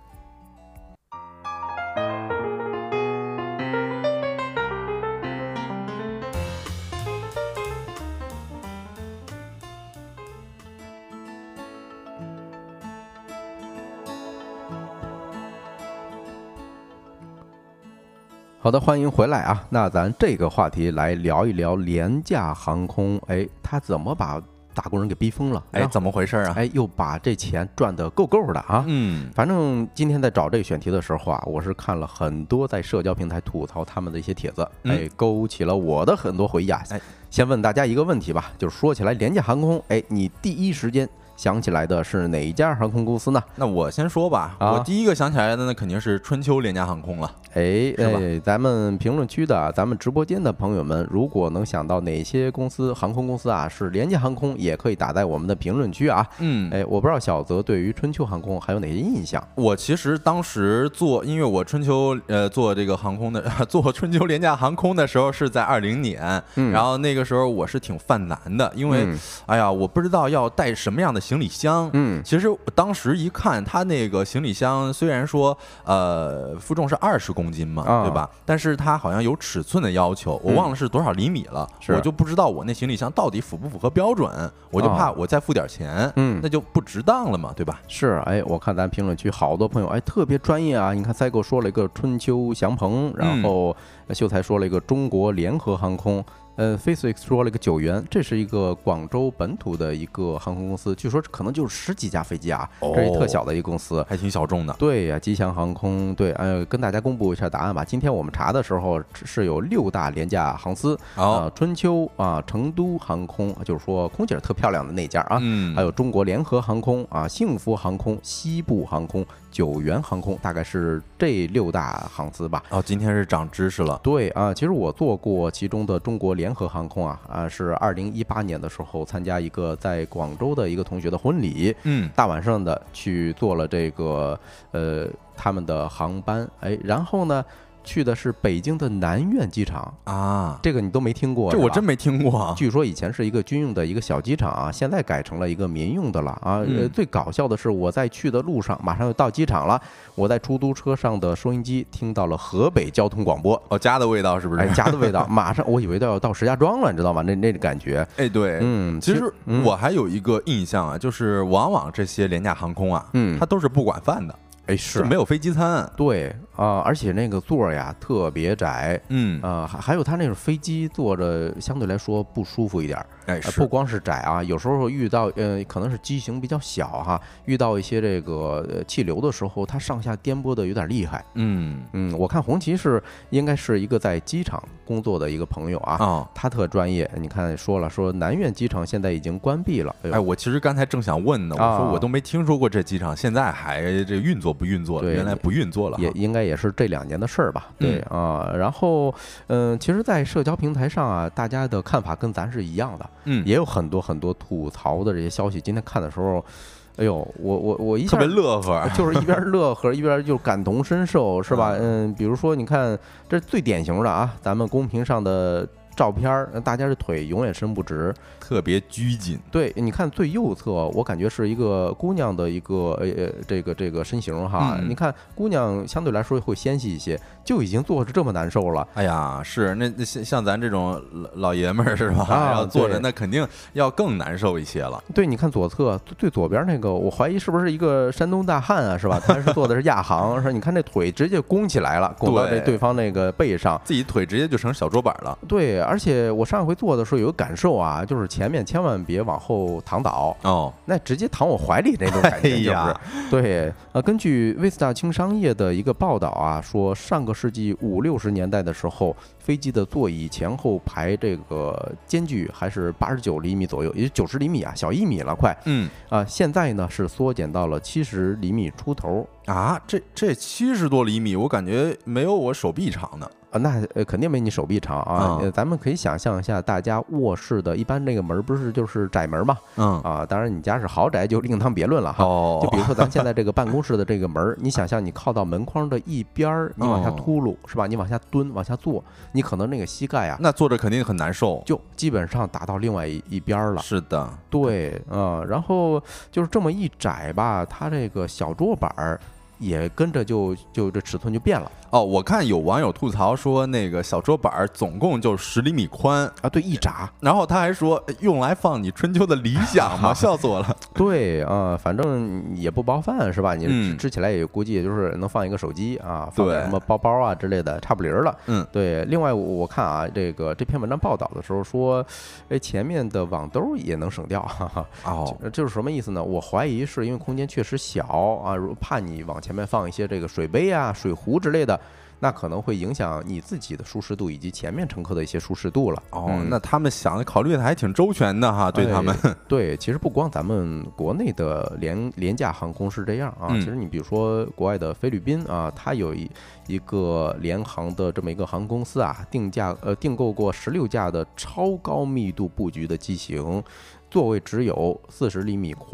[SPEAKER 2] 好的，欢迎回来啊！那咱这个话题来聊一聊廉价航空，哎，它怎么把打工人给逼疯了？
[SPEAKER 1] 哎，怎么回事啊？
[SPEAKER 2] 哎，又把这钱赚得够够的啊！
[SPEAKER 1] 嗯，
[SPEAKER 2] 反正今天在找这个选题的时候啊，我是看了很多在社交平台吐槽他们的一些帖子，
[SPEAKER 1] 嗯、
[SPEAKER 2] 哎，勾起了我的很多回忆啊！哎，先问大家一个问题吧，就是说起来廉价航空，哎，你第一时间想起来的是哪一家航空公司呢？
[SPEAKER 1] 那我先说吧，啊、我第一个想起来的那肯定是春秋廉价航空了。
[SPEAKER 2] 哎哎，咱们评论区的、咱们直播间的朋友们，如果能想到哪些公司、航空公司啊是廉价航空，也可以打在我们的评论区啊。
[SPEAKER 1] 嗯，
[SPEAKER 2] 哎，我不知道小泽对于春秋航空还有哪些印象？
[SPEAKER 1] 我其实当时做，因为我春秋呃做这个航空的，做春秋廉价航空的时候是在二零年，
[SPEAKER 2] 嗯、
[SPEAKER 1] 然后那个时候我是挺犯难的，因为、嗯、哎呀，我不知道要带什么样的行李箱。
[SPEAKER 2] 嗯，
[SPEAKER 1] 其实当时一看，它那个行李箱虽然说呃负重是二十公斤嘛，
[SPEAKER 2] 啊、
[SPEAKER 1] 对吧？但是它好像有尺寸的要求，我忘了是多少厘米了，
[SPEAKER 2] 嗯、
[SPEAKER 1] 我就不知道我那行李箱到底符不符合标准，我就怕我再付点钱，
[SPEAKER 2] 嗯，
[SPEAKER 1] 那就不值当了嘛，对吧？
[SPEAKER 2] 是，哎，我看咱评论区好多朋友哎特别专业啊，你看赛狗说了一个春秋祥鹏，然后秀才说了一个中国联合航空。呃 ，FaceX 说了一个九元，这是一个广州本土的一个航空公司，据说可能就是十几架飞机啊，这是特小的一个公司，
[SPEAKER 1] 还挺小众的。
[SPEAKER 2] 对呀、啊，吉祥航空，对，呃，跟大家公布一下答案吧。今天我们查的时候是有六大廉价航司，啊、呃，春秋啊，成都航空，就是说空姐特漂亮的那家啊，
[SPEAKER 1] 嗯，
[SPEAKER 2] 还有中国联合航空啊，幸福航空、西部航空、九元航空，大概是这六大航司吧。
[SPEAKER 1] 哦，今天是长知识了。
[SPEAKER 2] 对啊，其实我做过其中的中国联合航空啊，啊，是二零一八年的时候参加一个在广州的一个同学的婚礼，
[SPEAKER 1] 嗯，
[SPEAKER 2] 大晚上的去做了这个呃他们的航班，哎，然后呢。去的是北京的南苑机场
[SPEAKER 1] 啊，
[SPEAKER 2] 这个你都没听过，
[SPEAKER 1] 这我真没听过。
[SPEAKER 2] 据说以前是一个军用的一个小机场啊，现在改成了一个民用的了啊。
[SPEAKER 1] 嗯、
[SPEAKER 2] 呃，最搞笑的是我在去的路上，马上就到机场了，我在出租车上的收音机听到了河北交通广播，
[SPEAKER 1] 哦，家的味道是不是？
[SPEAKER 2] 哎，家的味道，马上我以为都要到石家庄了，你知道吗？那那个感觉，
[SPEAKER 1] 哎，对，
[SPEAKER 2] 嗯，
[SPEAKER 1] 其实我还有一个印象啊，就是往往这些廉价航空啊，
[SPEAKER 2] 嗯，
[SPEAKER 1] 它都是不管饭的。
[SPEAKER 2] 哎，是
[SPEAKER 1] 没有飞机餐，
[SPEAKER 2] 对啊、呃，而且那个座呀特别窄，
[SPEAKER 1] 嗯
[SPEAKER 2] 啊、呃，还还有它那种飞机坐着相对来说不舒服一点，
[SPEAKER 1] 哎，
[SPEAKER 2] 呃、不光是窄啊，有时候遇到呃可能是机型比较小哈，遇到一些这个、呃、气流的时候，它上下颠簸的有点厉害，
[SPEAKER 1] 嗯
[SPEAKER 2] 嗯，我看红旗是应该是一个在机场工作的一个朋友啊，
[SPEAKER 1] 哦、
[SPEAKER 2] 他特专业，你看说了说南苑机场现在已经关闭了，
[SPEAKER 1] 哎，哎我其实刚才正想问呢，我说我都没听说过这机场现在还这运作不运作了？原来不运作了，
[SPEAKER 2] 也应该也是这两年的事儿吧？对啊、呃，然后嗯、呃，其实，在社交平台上啊，大家的看法跟咱是一样的，
[SPEAKER 1] 嗯，
[SPEAKER 2] 也有很多很多吐槽的这些消息。今天看的时候，哎呦，我我我一下
[SPEAKER 1] 特别乐呵，
[SPEAKER 2] 就是一边乐呵一边就感同身受，是吧？嗯，比如说你看，这最典型的啊，咱们公屏上的照片，大家的腿永远伸不直，
[SPEAKER 1] 特别拘谨。
[SPEAKER 2] 对，你看最右侧，我感觉是一个姑娘的一个呃呃这个这个身形哈。
[SPEAKER 1] 嗯、
[SPEAKER 2] 你看姑娘相对来说会纤细一些，就已经坐着这么难受了。
[SPEAKER 1] 哎呀，是那那像像咱这种老爷们儿是吧？
[SPEAKER 2] 啊，
[SPEAKER 1] 要坐着那肯定要更难受一些了。
[SPEAKER 2] 对，你看左侧最左边那个，我怀疑是不是一个山东大汉啊，是吧？他是坐的是亚航，说你看这腿直接弓起来了，弓到这对方那个背上，
[SPEAKER 1] 自己腿直接就成小桌板了。
[SPEAKER 2] 对。而且我上一回坐的时候有个感受啊，就是前面千万别往后躺倒
[SPEAKER 1] 哦，
[SPEAKER 2] 那直接躺我怀里那种感觉，就是、
[SPEAKER 1] 哎、
[SPEAKER 2] 对。呃，根据 Vista 轻商业的一个报道啊，说上个世纪五六十年代的时候，飞机的座椅前后排这个间距还是八十九厘米左右，也就九十厘米啊，小一米了快。
[SPEAKER 1] 嗯
[SPEAKER 2] 啊、呃，现在呢是缩减到了七十厘米出头
[SPEAKER 1] 啊，这这七十多厘米，我感觉没有我手臂长呢。
[SPEAKER 2] 啊，那呃肯定没你手臂长啊、嗯呃。咱们可以想象一下，大家卧室的一般那个门不是就是窄门嘛？
[SPEAKER 1] 嗯
[SPEAKER 2] 啊，当然你家是豪宅就另当别论了哈。
[SPEAKER 1] 哦，
[SPEAKER 2] 就比如说咱现在这个办公室的这个门，你想象你靠到门框的一边儿，你往下秃噜、哦、是吧？你往下蹲，往下坐，你可能那个膝盖啊，
[SPEAKER 1] 那坐着肯定很难受，
[SPEAKER 2] 就基本上打到另外一一边了。
[SPEAKER 1] 是的，
[SPEAKER 2] 对，啊、呃，然后就是这么一窄吧，它这个小桌板儿也跟着就就这尺寸就变了。
[SPEAKER 1] 哦，我看有网友吐槽说，那个小桌板总共就十厘米宽
[SPEAKER 2] 啊，对，一拃。
[SPEAKER 1] 然后他还说用来放你春秋的理想嘛，笑死我了。
[SPEAKER 2] 对啊、呃，反正也不包饭是吧？你
[SPEAKER 1] 嗯
[SPEAKER 2] 支起来也估计也就是能放一个手机啊，放点什么包包啊之类的，差不离儿了。
[SPEAKER 1] 嗯，
[SPEAKER 2] 对。另外我看啊，这个这篇文章报道的时候说，哎，前面的网兜也能省掉。哈哈
[SPEAKER 1] 哦，
[SPEAKER 2] 这是什么意思呢？我怀疑是因为空间确实小啊，怕你往前面放一些这个水杯啊、水壶之类的。那可能会影响你自己的舒适度以及前面乘客的一些舒适度了。
[SPEAKER 1] 哦，嗯、那他们想考虑的还挺周全的哈，对他们。
[SPEAKER 2] 哎、对，其实不光咱们国内的廉廉价航空是这样啊，
[SPEAKER 1] 嗯、
[SPEAKER 2] 其实你比如说国外的菲律宾啊，它有一一个联航的这么一个航空公司啊，定价呃订购过十六架的超高密度布局的机型，座位只有四十厘米宽。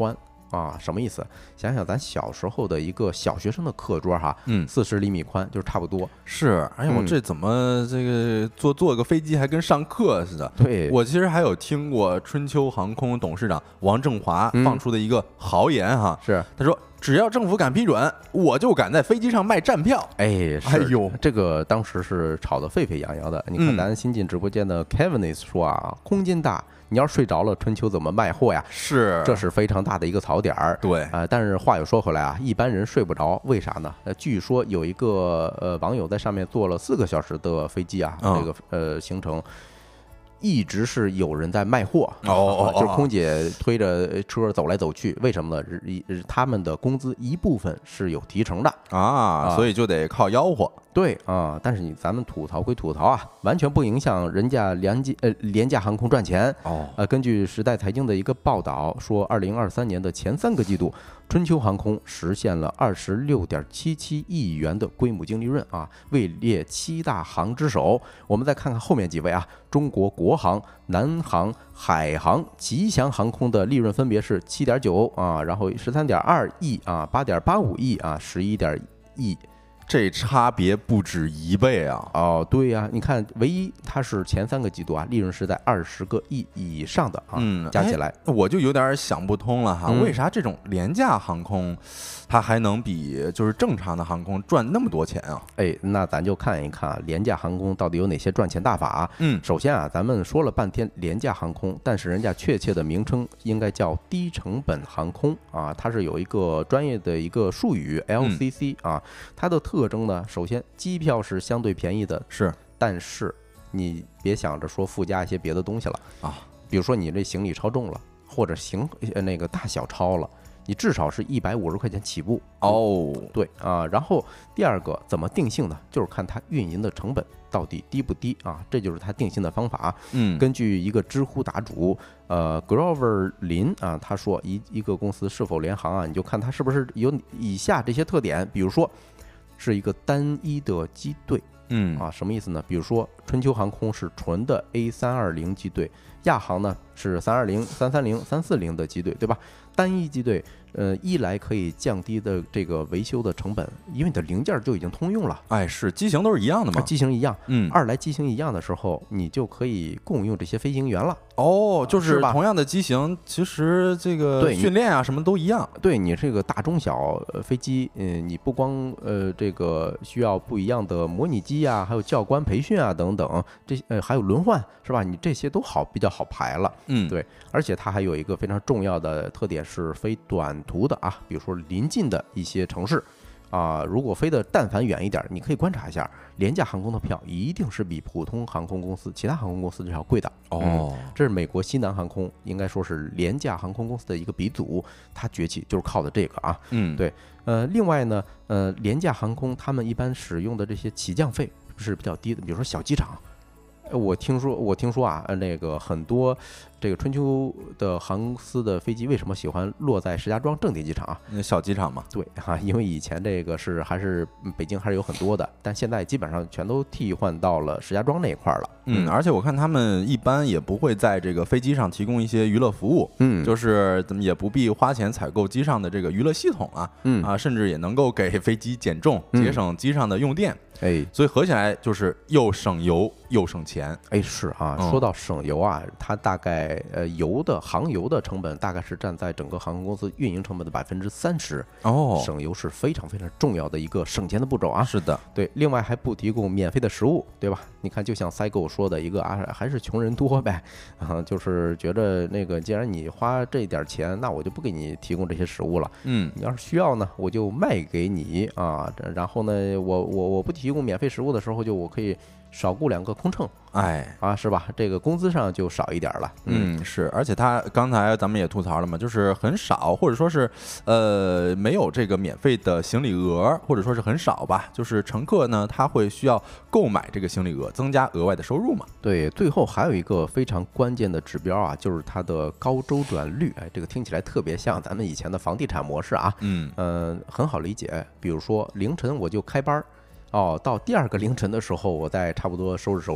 [SPEAKER 2] 啊，什么意思？想想咱小时候的一个小学生的课桌哈，
[SPEAKER 1] 嗯，
[SPEAKER 2] 四十厘米宽，就是差不多。
[SPEAKER 1] 是，哎呀，我这怎么这个坐坐个飞机还跟上课似的？
[SPEAKER 2] 对，
[SPEAKER 1] 我其实还有听过春秋航空董事长王正华放出的一个豪言哈，
[SPEAKER 2] 是
[SPEAKER 1] 他说。只要政府敢批准，我就敢在飞机上卖站票。
[SPEAKER 2] 哎，
[SPEAKER 1] 哎呦，
[SPEAKER 2] 这个当时是吵得沸沸扬扬的。你看咱新进直播间的 Kevin 说啊，空间大，你要睡着了，春秋怎么卖货呀？
[SPEAKER 1] 是，
[SPEAKER 2] 这是非常大的一个槽点儿。
[SPEAKER 1] 对
[SPEAKER 2] 啊，但是话又说回来啊，一般人睡不着，为啥呢？呃，据说有一个呃网友在上面坐了四个小时的飞机啊，这个呃行程。一直是有人在卖货
[SPEAKER 1] 哦，
[SPEAKER 2] 就是空姐推着车走来走去，为什么呢？他们的工资一部分是有提成的
[SPEAKER 1] 啊，所以就得靠吆喝。
[SPEAKER 2] 对啊，但是你咱们吐槽归吐槽啊，完全不影响人家廉价呃廉价航空赚钱
[SPEAKER 1] 哦。
[SPEAKER 2] 呃，根据时代财经的一个报道说，二零二三年的前三个季度，春秋航空实现了二十六点七七亿元的规模净利润啊，位列七大航之首。我们再看看后面几位啊，中国国航、南航、海航、吉祥航空的利润分别是七点九啊，然后十三点二亿啊，八点八五亿啊，十一点亿。
[SPEAKER 1] 这差别不止一倍啊！
[SPEAKER 2] 哦，对呀、啊，你看，唯一它是前三个季度啊，利润是在二十个亿以上的啊，
[SPEAKER 1] 嗯，
[SPEAKER 2] 加起来，
[SPEAKER 1] 我就有点想不通了哈，
[SPEAKER 2] 嗯、
[SPEAKER 1] 为啥这种廉价航空，它还能比就是正常的航空赚那么多钱啊？
[SPEAKER 2] 哎，那咱就看一看廉价航空到底有哪些赚钱大法、啊。
[SPEAKER 1] 嗯，
[SPEAKER 2] 首先啊，咱们说了半天廉价航空，但是人家确切的名称应该叫低成本航空啊，它是有一个专业的一个术语 L C C、嗯、啊，它的特征呢，首先机票是相对便宜的，
[SPEAKER 1] 是，
[SPEAKER 2] 但是你别想着说附加一些别的东西了
[SPEAKER 1] 啊，
[SPEAKER 2] 比如说你这行李超重了，或者行那个大小超了。你至少是一百五十块钱起步
[SPEAKER 1] 哦，
[SPEAKER 2] 对啊，然后第二个怎么定性呢？就是看它运营的成本到底低不低啊，这就是它定性的方法。
[SPEAKER 1] 嗯，
[SPEAKER 2] 根据一个知乎答主，呃 ，Grover 林啊，他说一一个公司是否联航啊，你就看它是不是有以下这些特点，比如说是一个单一的机队，
[SPEAKER 1] 嗯
[SPEAKER 2] 啊，什么意思呢？比如说春秋航空是纯的 A 三二零机队，亚航呢是三二零、三三零、三四零的机队，对吧？单一机队，呃，一来可以降低的这个维修的成本，因为你的零件就已经通用了。
[SPEAKER 1] 哎，是机型都是一样的嘛？
[SPEAKER 2] 机型一样，
[SPEAKER 1] 嗯。
[SPEAKER 2] 二来机型一样的时候，你就可以共用这些飞行员了。
[SPEAKER 1] 哦，就是
[SPEAKER 2] 吧
[SPEAKER 1] 同样的机型，其实这个
[SPEAKER 2] 对
[SPEAKER 1] 训练啊什么都一样。
[SPEAKER 2] 对你这个大中小飞机，嗯，你不光呃这个需要不一样的模拟机啊，还有教官培训啊等等，这呃还有轮换是吧？你这些都好比较好排了。
[SPEAKER 1] 嗯，
[SPEAKER 2] 对，而且它还有一个非常重要的特点是飞短途的啊，比如说临近的一些城市。啊，如果飞得但凡远一点，你可以观察一下，廉价航空的票一定是比普通航空公司、其他航空公司要贵的。
[SPEAKER 1] 哦、
[SPEAKER 2] 嗯，这是美国西南航空，应该说是廉价航空公司的一个鼻祖，它崛起就是靠的这个啊。
[SPEAKER 1] 嗯，
[SPEAKER 2] 对。呃，另外呢，呃，廉价航空他们一般使用的这些起降费是比较低的，比如说小机场。我听说，我听说啊，那个很多这个春秋的航司的飞机为什么喜欢落在石家庄正定机场啊？
[SPEAKER 1] 那小机场嘛。
[SPEAKER 2] 对哈、啊，因为以前这个是还是北京还是有很多的，但现在基本上全都替换到了石家庄那一块了。
[SPEAKER 1] 嗯，而且我看他们一般也不会在这个飞机上提供一些娱乐服务，
[SPEAKER 2] 嗯，
[SPEAKER 1] 就是怎么也不必花钱采购机上的这个娱乐系统啊，
[SPEAKER 2] 嗯
[SPEAKER 1] 啊，甚至也能够给飞机减重，节省机上的用电。
[SPEAKER 2] 哎，
[SPEAKER 1] 所以合起来就是又省油又省钱。
[SPEAKER 2] 哎，是啊，
[SPEAKER 1] 嗯、
[SPEAKER 2] 说到省油啊，它大概呃油的航油的成本大概是占在整个航空公司运营成本的百分之三十。
[SPEAKER 1] 哦，
[SPEAKER 2] 省油是非常非常重要的一个省钱的步骤啊。
[SPEAKER 1] 是的，
[SPEAKER 2] 对，另外还不提供免费的食物，对吧？你看，就像塞购说的一个啊，还是穷人多呗，啊，就是觉得那个既然你花这点钱，那我就不给你提供这些食物了。
[SPEAKER 1] 嗯，
[SPEAKER 2] 你要是需要呢，我就卖给你啊。然后呢，我我我不提供免费食物的时候，就我可以少雇两个空乘，
[SPEAKER 1] 哎
[SPEAKER 2] 啊，是吧？这个工资上就少一点了。
[SPEAKER 1] 嗯，嗯是，而且他刚才咱们也吐槽了嘛，就是很少，或者说是呃没有这个免费的行李额，或者说是很少吧。就是乘客呢，他会需要购买这个行李额，增加额外的收入嘛。
[SPEAKER 2] 对，最后还有一个非常关键的指标啊，就是它的高周转率。哎，这个听起来特别像咱们以前的房地产模式啊。
[SPEAKER 1] 嗯，
[SPEAKER 2] 呃，很好理解。比如说凌晨我就开班。哦，到第二个凌晨的时候，我再差不多收拾收拾，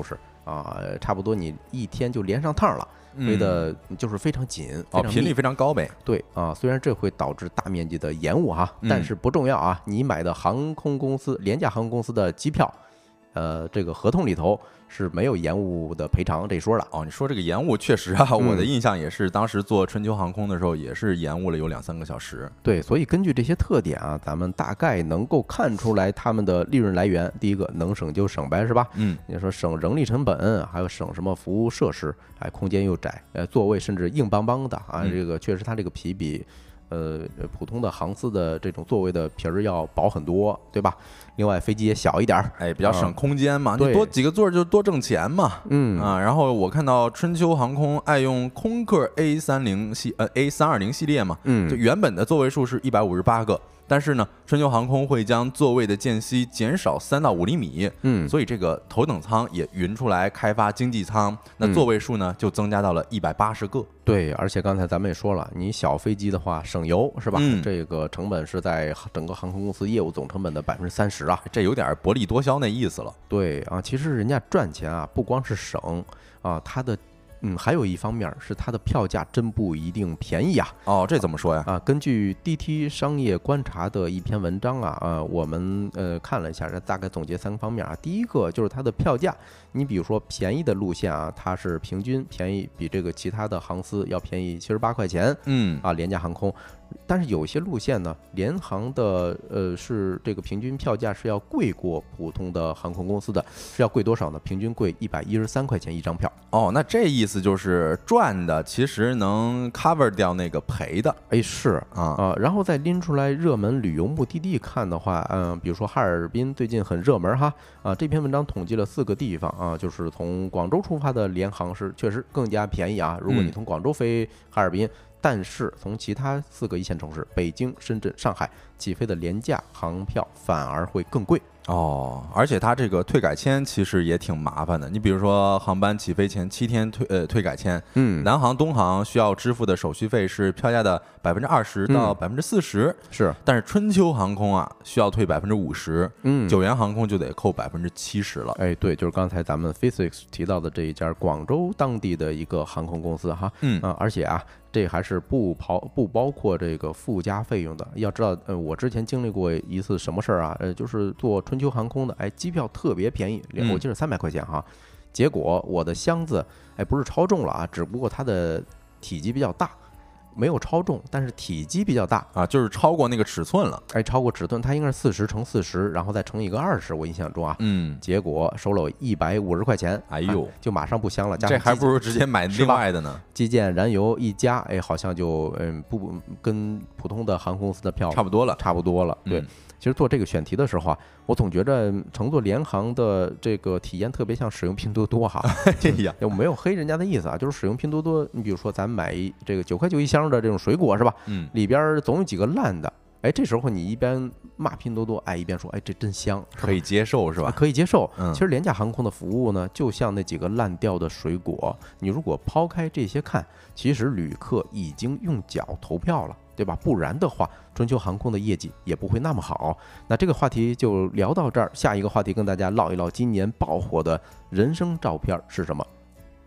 [SPEAKER 2] 啊，差不多你一天就连上趟了。飞的就是非常紧，
[SPEAKER 1] 哦，频率非常高呗。
[SPEAKER 2] 对啊，虽然这会导致大面积的延误哈，但是不重要啊。你买的航空公司廉价航空公司的机票，呃，这个合同里头是没有延误的赔偿这说的。
[SPEAKER 1] 哦，你说这个延误确实啊，我的印象也是，当时做春秋航空的时候也是延误了有两三个小时。
[SPEAKER 2] 对，所以根据这些特点啊，咱们大概能够看出来他们的利润来源。第一个能省就省呗，是吧？
[SPEAKER 1] 嗯，
[SPEAKER 2] 你说省人力成本，还有省什么服务设施？哎，空间又窄，呃，座位甚至硬邦邦的啊，这个确实它这个皮比。呃，普通的航司的这种座位的皮儿要薄很多，对吧？另外飞机也小一点儿，
[SPEAKER 1] 哎，比较省空间嘛。
[SPEAKER 2] 对，
[SPEAKER 1] 你多几个座就多挣钱嘛。
[SPEAKER 2] 嗯
[SPEAKER 1] 啊，然后我看到春秋航空爱用空客 A 三零系呃 A 三二零系列嘛，
[SPEAKER 2] 嗯，
[SPEAKER 1] 就原本的座位数是一百五十八个。但是呢，春秋航空会将座位的间隙减少三到五厘米，
[SPEAKER 2] 嗯，
[SPEAKER 1] 所以这个头等舱也匀出来开发经济舱，那座位数呢就增加到了一百八十个。
[SPEAKER 2] 对，而且刚才咱们也说了，你小飞机的话省油是吧？
[SPEAKER 1] 嗯，
[SPEAKER 2] 这个成本是在整个航空公司业务总成本的百分之三十啊，
[SPEAKER 1] 这有点薄利多销那意思了。
[SPEAKER 2] 对啊，其实人家赚钱啊，不光是省啊，它的。嗯，还有一方面是它的票价真不一定便宜啊。
[SPEAKER 1] 哦，这怎么说呀？
[SPEAKER 2] 啊，根据 D T 商业观察的一篇文章啊，呃，我们呃看了一下，大概总结三个方面啊。第一个就是它的票价，你比如说便宜的路线啊，它是平均便宜，比这个其他的航司要便宜七十八块钱。
[SPEAKER 1] 嗯，
[SPEAKER 2] 啊，廉价航空。但是有些路线呢，联航的呃是这个平均票价是要贵过普通的航空公司的，是要贵多少呢？平均贵一百一十三块钱一张票。
[SPEAKER 1] 哦，那这意思就是赚的其实能 cover 掉那个赔的。
[SPEAKER 2] 哎，是
[SPEAKER 1] 啊
[SPEAKER 2] 啊，然后再拎出来热门旅游目的地看的话，嗯，比如说哈尔滨最近很热门哈啊，这篇文章统计了四个地方啊，就是从广州出发的联航是确实更加便宜啊，如果你从广州飞哈尔滨。但是从其他四个一线城市北京、深圳、上海起飞的廉价航票反而会更贵
[SPEAKER 1] 哦，而且它这个退改签其实也挺麻烦的。你比如说航班起飞前七天退呃退改签，
[SPEAKER 2] 嗯，
[SPEAKER 1] 南航、东航需要支付的手续费是票价的百分之二十到百分之四十，
[SPEAKER 2] 是，
[SPEAKER 1] 但是春秋航空啊需要退百分之五十，
[SPEAKER 2] 嗯，
[SPEAKER 1] 九元航空就得扣百分之七十了。
[SPEAKER 2] 哎，对，就是刚才咱们 Physics 提到的这一家广州当地的一个航空公司哈，
[SPEAKER 1] 嗯
[SPEAKER 2] 啊，而且啊。这还是不包不包括这个附加费用的。要知道，呃，我之前经历过一次什么事儿啊？呃，就是坐春秋航空的，哎，机票特别便宜，我记得三百块钱哈。结果我的箱子，哎，不是超重了啊，只不过它的体积比较大。没有超重，但是体积比较大
[SPEAKER 1] 啊，就是超过那个尺寸了。
[SPEAKER 2] 哎，超过尺寸，它应该是四十乘四十，然后再乘一个二十，我印象中啊，
[SPEAKER 1] 嗯，
[SPEAKER 2] 结果收了我一百五十块钱，
[SPEAKER 1] 哎呦、啊，
[SPEAKER 2] 就马上不香了。
[SPEAKER 1] 这还不如直接买另外的呢。
[SPEAKER 2] 基建、燃油一加，哎，好像就嗯不跟普通的航空公司的票
[SPEAKER 1] 差不多了，
[SPEAKER 2] 差不多了。对，
[SPEAKER 1] 嗯、
[SPEAKER 2] 其实做这个选题的时候啊，我总觉着乘坐联航的这个体验特别像使用拼多多哈。
[SPEAKER 1] 哎呀，
[SPEAKER 2] 我没有黑人家的意思啊，就是使用拼多多，你比如说咱买一这个九块九一箱的这种水果是吧？
[SPEAKER 1] 嗯，
[SPEAKER 2] 里边总有几个烂的，哎，这时候你一边骂拼多多，哎，一边说，哎，这真香，
[SPEAKER 1] 可以接受是吧？
[SPEAKER 2] 可以接受。
[SPEAKER 1] 嗯，
[SPEAKER 2] 其实廉价航空的服务呢，就像那几个烂掉的水果，你如果抛开这些看，其实旅客已经用脚投票了。对吧？不然的话，春秋航空的业绩也不会那么好。那这个话题就聊到这儿，下一个话题跟大家唠一唠今年爆火的人生照片是什么。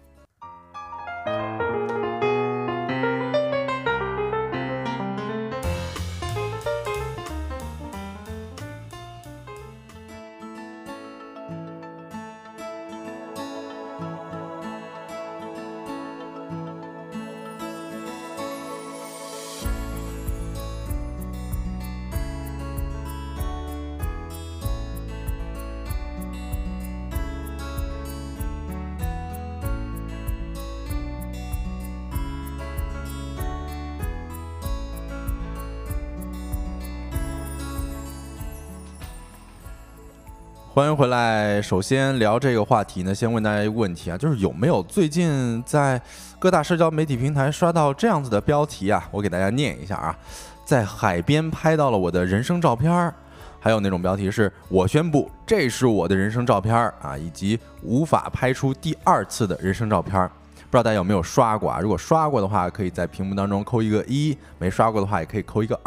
[SPEAKER 1] 欢迎回来。首先聊这个话题呢，先问大家一个问题啊，就是有没有最近在各大社交媒体平台刷到这样子的标题啊？我给大家念一下啊，在海边拍到了我的人生照片，还有那种标题是我宣布这是我的人生照片啊，以及无法拍出第二次的人生照片。不知道大家有没有刷过啊？如果刷过的话，可以在屏幕当中扣一个一；没刷过的话，也可以扣一个二。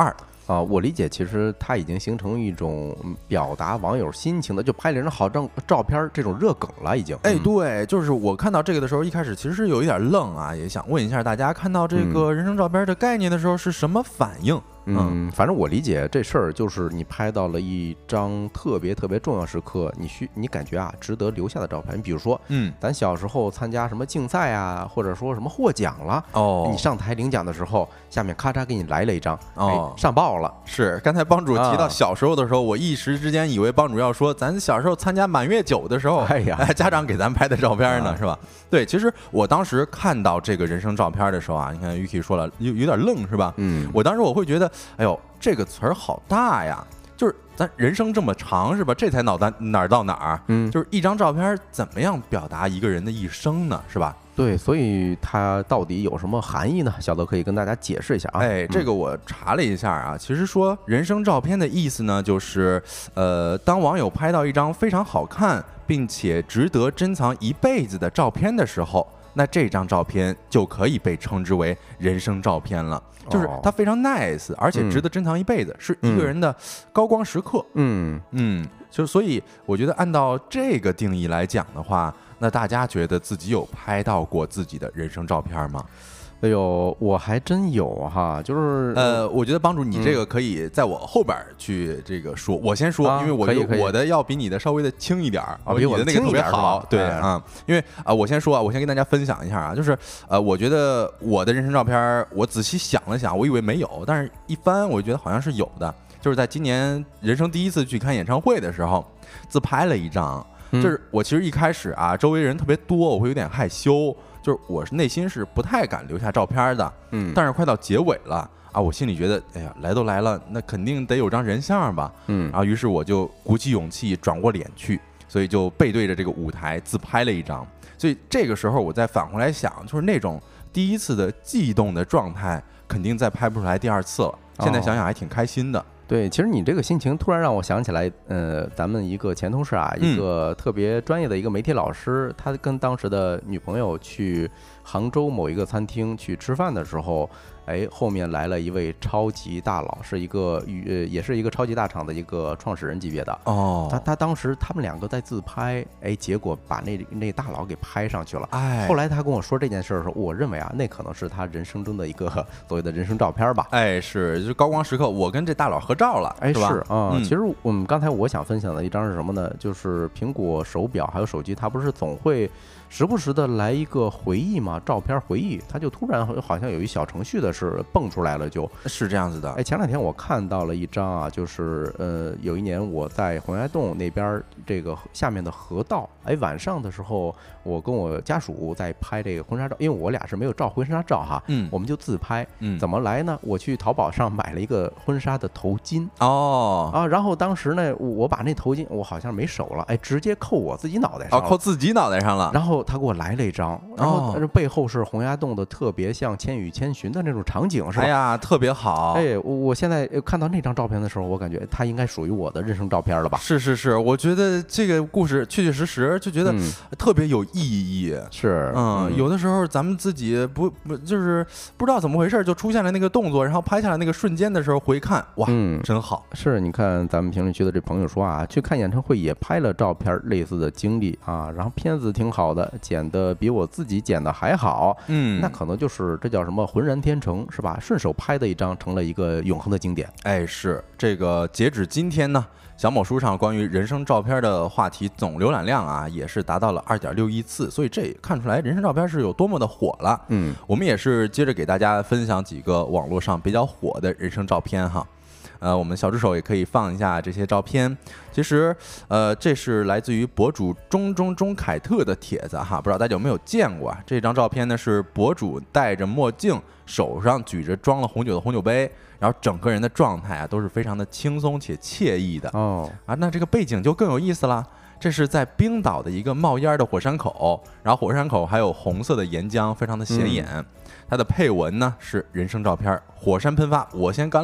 [SPEAKER 2] 啊，我理解，其实它已经形成一种表达网友心情的，就拍了人好照照片这种热梗了，已经。
[SPEAKER 1] 哎，对，就是我看到这个的时候，一开始其实是有一点愣啊，也想问一下大家，看到这个人生照片的概念的时候是什么反应？
[SPEAKER 2] 嗯，反正我理解这事儿就是你拍到了一张特别特别重要时刻，你需你感觉啊值得留下的照片。你比如说，
[SPEAKER 1] 嗯，
[SPEAKER 2] 咱小时候参加什么竞赛啊，或者说什么获奖了，
[SPEAKER 1] 哦，
[SPEAKER 2] 你上台领奖的时候，下面咔嚓给你来了一张，
[SPEAKER 1] 哦，
[SPEAKER 2] 哎、上报了。
[SPEAKER 1] 是，刚才帮主提到小时候的时候，啊、我一时之间以为帮主要说咱小时候参加满月酒的时候，
[SPEAKER 2] 哎呀，
[SPEAKER 1] 家长给咱拍的照片呢，
[SPEAKER 2] 啊、
[SPEAKER 1] 是吧？对，其实我当时看到这个人生照片的时候啊，你看 Yuki 说了有有点愣是吧？
[SPEAKER 2] 嗯，
[SPEAKER 1] 我当时我会觉得，哎呦。这个词儿好大呀，就是咱人生这么长是吧？这才脑袋哪儿到哪儿？
[SPEAKER 2] 嗯，
[SPEAKER 1] 就是一张照片怎么样表达一个人的一生呢？是吧？
[SPEAKER 2] 对，所以它到底有什么含义呢？小德可以跟大家解释一下啊。
[SPEAKER 1] 哎，这个我查了一下啊，其实说人生照片的意思呢，就是呃，当网友拍到一张非常好看并且值得珍藏一辈子的照片的时候，那这张照片就可以被称之为人生照片了。就是它非常 nice， 而且值得珍藏一辈子，嗯、是一个人的高光时刻。
[SPEAKER 2] 嗯
[SPEAKER 1] 嗯，就所以我觉得按照这个定义来讲的话，那大家觉得自己有拍到过自己的人生照片吗？
[SPEAKER 2] 哎呦，我还真有哈，就是
[SPEAKER 1] 呃，我觉得帮主你这个可以在我后边去这个说，嗯、我先说，
[SPEAKER 2] 啊、
[SPEAKER 1] 因为我觉得我的要比你的稍微的轻一点儿，
[SPEAKER 2] 啊，比
[SPEAKER 1] 我的那个特别好，对
[SPEAKER 2] 啊、
[SPEAKER 1] 嗯，因为啊、呃，我先说啊，我先跟大家分享一下啊，就是呃，我觉得我的人生照片，我仔细想了想，我以为没有，但是一翻，我觉得好像是有的，就是在今年人生第一次去看演唱会的时候，自拍了一张，
[SPEAKER 2] 嗯、
[SPEAKER 1] 就是我其实一开始啊，周围人特别多，我会有点害羞。就是我是内心是不太敢留下照片的，
[SPEAKER 2] 嗯，
[SPEAKER 1] 但是快到结尾了啊，我心里觉得，哎呀，来都来了，那肯定得有张人像吧，
[SPEAKER 2] 嗯，
[SPEAKER 1] 然后于是我就鼓起勇气转过脸去，所以就背对着这个舞台自拍了一张。所以这个时候我再返回来想，就是那种第一次的悸动的状态，肯定再拍不出来第二次了。现在想想还挺开心的。哦
[SPEAKER 2] 对，其实你这个心情突然让我想起来，呃，咱们一个前同事啊，一个特别专业的一个媒体老师，嗯、他跟当时的女朋友去杭州某一个餐厅去吃饭的时候，哎，后面来了一位超级大佬，是一个呃，也是一个超级大厂的一个创始人级别的
[SPEAKER 1] 哦。
[SPEAKER 2] 他他当时他们两个在自拍，哎，结果把那那大佬给拍上去了。
[SPEAKER 1] 哎，
[SPEAKER 2] 后来他跟我说这件事的时候，我认为啊，那可能是他人生中的一个所谓的人生照片吧。
[SPEAKER 1] 哎，是，就是高光时刻，我跟这大佬合照了，
[SPEAKER 2] 哎，
[SPEAKER 1] 是吧？
[SPEAKER 2] 是啊、
[SPEAKER 1] 嗯，
[SPEAKER 2] 其实我们刚才我想分享的一张是什么呢？就是苹果手表还有手机，它不是总会时不时的来一个回忆嘛，照片回忆，它就突然好像有一小程序的是蹦出来了，就是
[SPEAKER 1] 这样子的。
[SPEAKER 2] 哎，前两天我看到了一张啊，就是呃，有一年我在洪崖洞那边这个下面的河道，哎，晚上的时候我跟我家属在拍这个婚纱照，因为我俩是没有照婚纱照哈，
[SPEAKER 1] 嗯，
[SPEAKER 2] 我们就自拍，
[SPEAKER 1] 嗯，
[SPEAKER 2] 怎么来呢？我去淘宝上买了一个婚纱的头巾，
[SPEAKER 1] 哦
[SPEAKER 2] 啊，然后当时呢，我把那头巾我好像没手了，哎，直接扣我自己脑袋上了，
[SPEAKER 1] 哦，扣自己脑袋上了，
[SPEAKER 2] 然后他给我来了一张，然后背后是洪崖洞的特别像《千与千寻》的那种场景，是吧？
[SPEAKER 1] 哎呀，特别好。
[SPEAKER 2] 哎，我我现在看到那张照片的时候，我感觉它应该属于我的人生照片了吧？
[SPEAKER 1] 是是是，我觉得这个故事确确实实就觉得特别有意义。
[SPEAKER 2] 嗯、是，
[SPEAKER 1] 嗯，有的时候咱们自己不不就是不知道怎么回事，就出现了那个动作，然后拍下来那个瞬间的时候回看，哇，
[SPEAKER 2] 嗯，
[SPEAKER 1] 真好。
[SPEAKER 2] 是，你看咱们评论区的这朋友说啊，去看演唱会也拍了照片，类似的经历啊，然后片子挺好的，剪的比我自己剪的还好，
[SPEAKER 1] 嗯，
[SPEAKER 2] 那可能就是这叫什么浑然天成是吧？顺手拍的一张成了一个永恒的经典。
[SPEAKER 1] 哎，是这个截止今天呢，小某书上关于人生照片的话题总浏览量啊，也是达到了二点六亿次，所以这也看出来人生照片是有多么的火了。
[SPEAKER 2] 嗯，
[SPEAKER 1] 我们也是接着给大家分享几个网络上比较火的人生照片哈。呃，我们小助手也可以放一下这些照片。其实，呃，这是来自于博主钟钟钟凯特的帖子哈，不知道大家有没有见过啊？这张照片呢是博主戴着墨镜，手上举着装了红酒的红酒杯，然后整个人的状态啊都是非常的轻松且惬意的。
[SPEAKER 2] 哦，
[SPEAKER 1] 啊，那这个背景就更有意思了。这是在冰岛的一个冒烟的火山口，然后火山口还有红色的岩浆，非常的显眼。嗯、它的配文呢是人生照片，火山喷发，我先干了。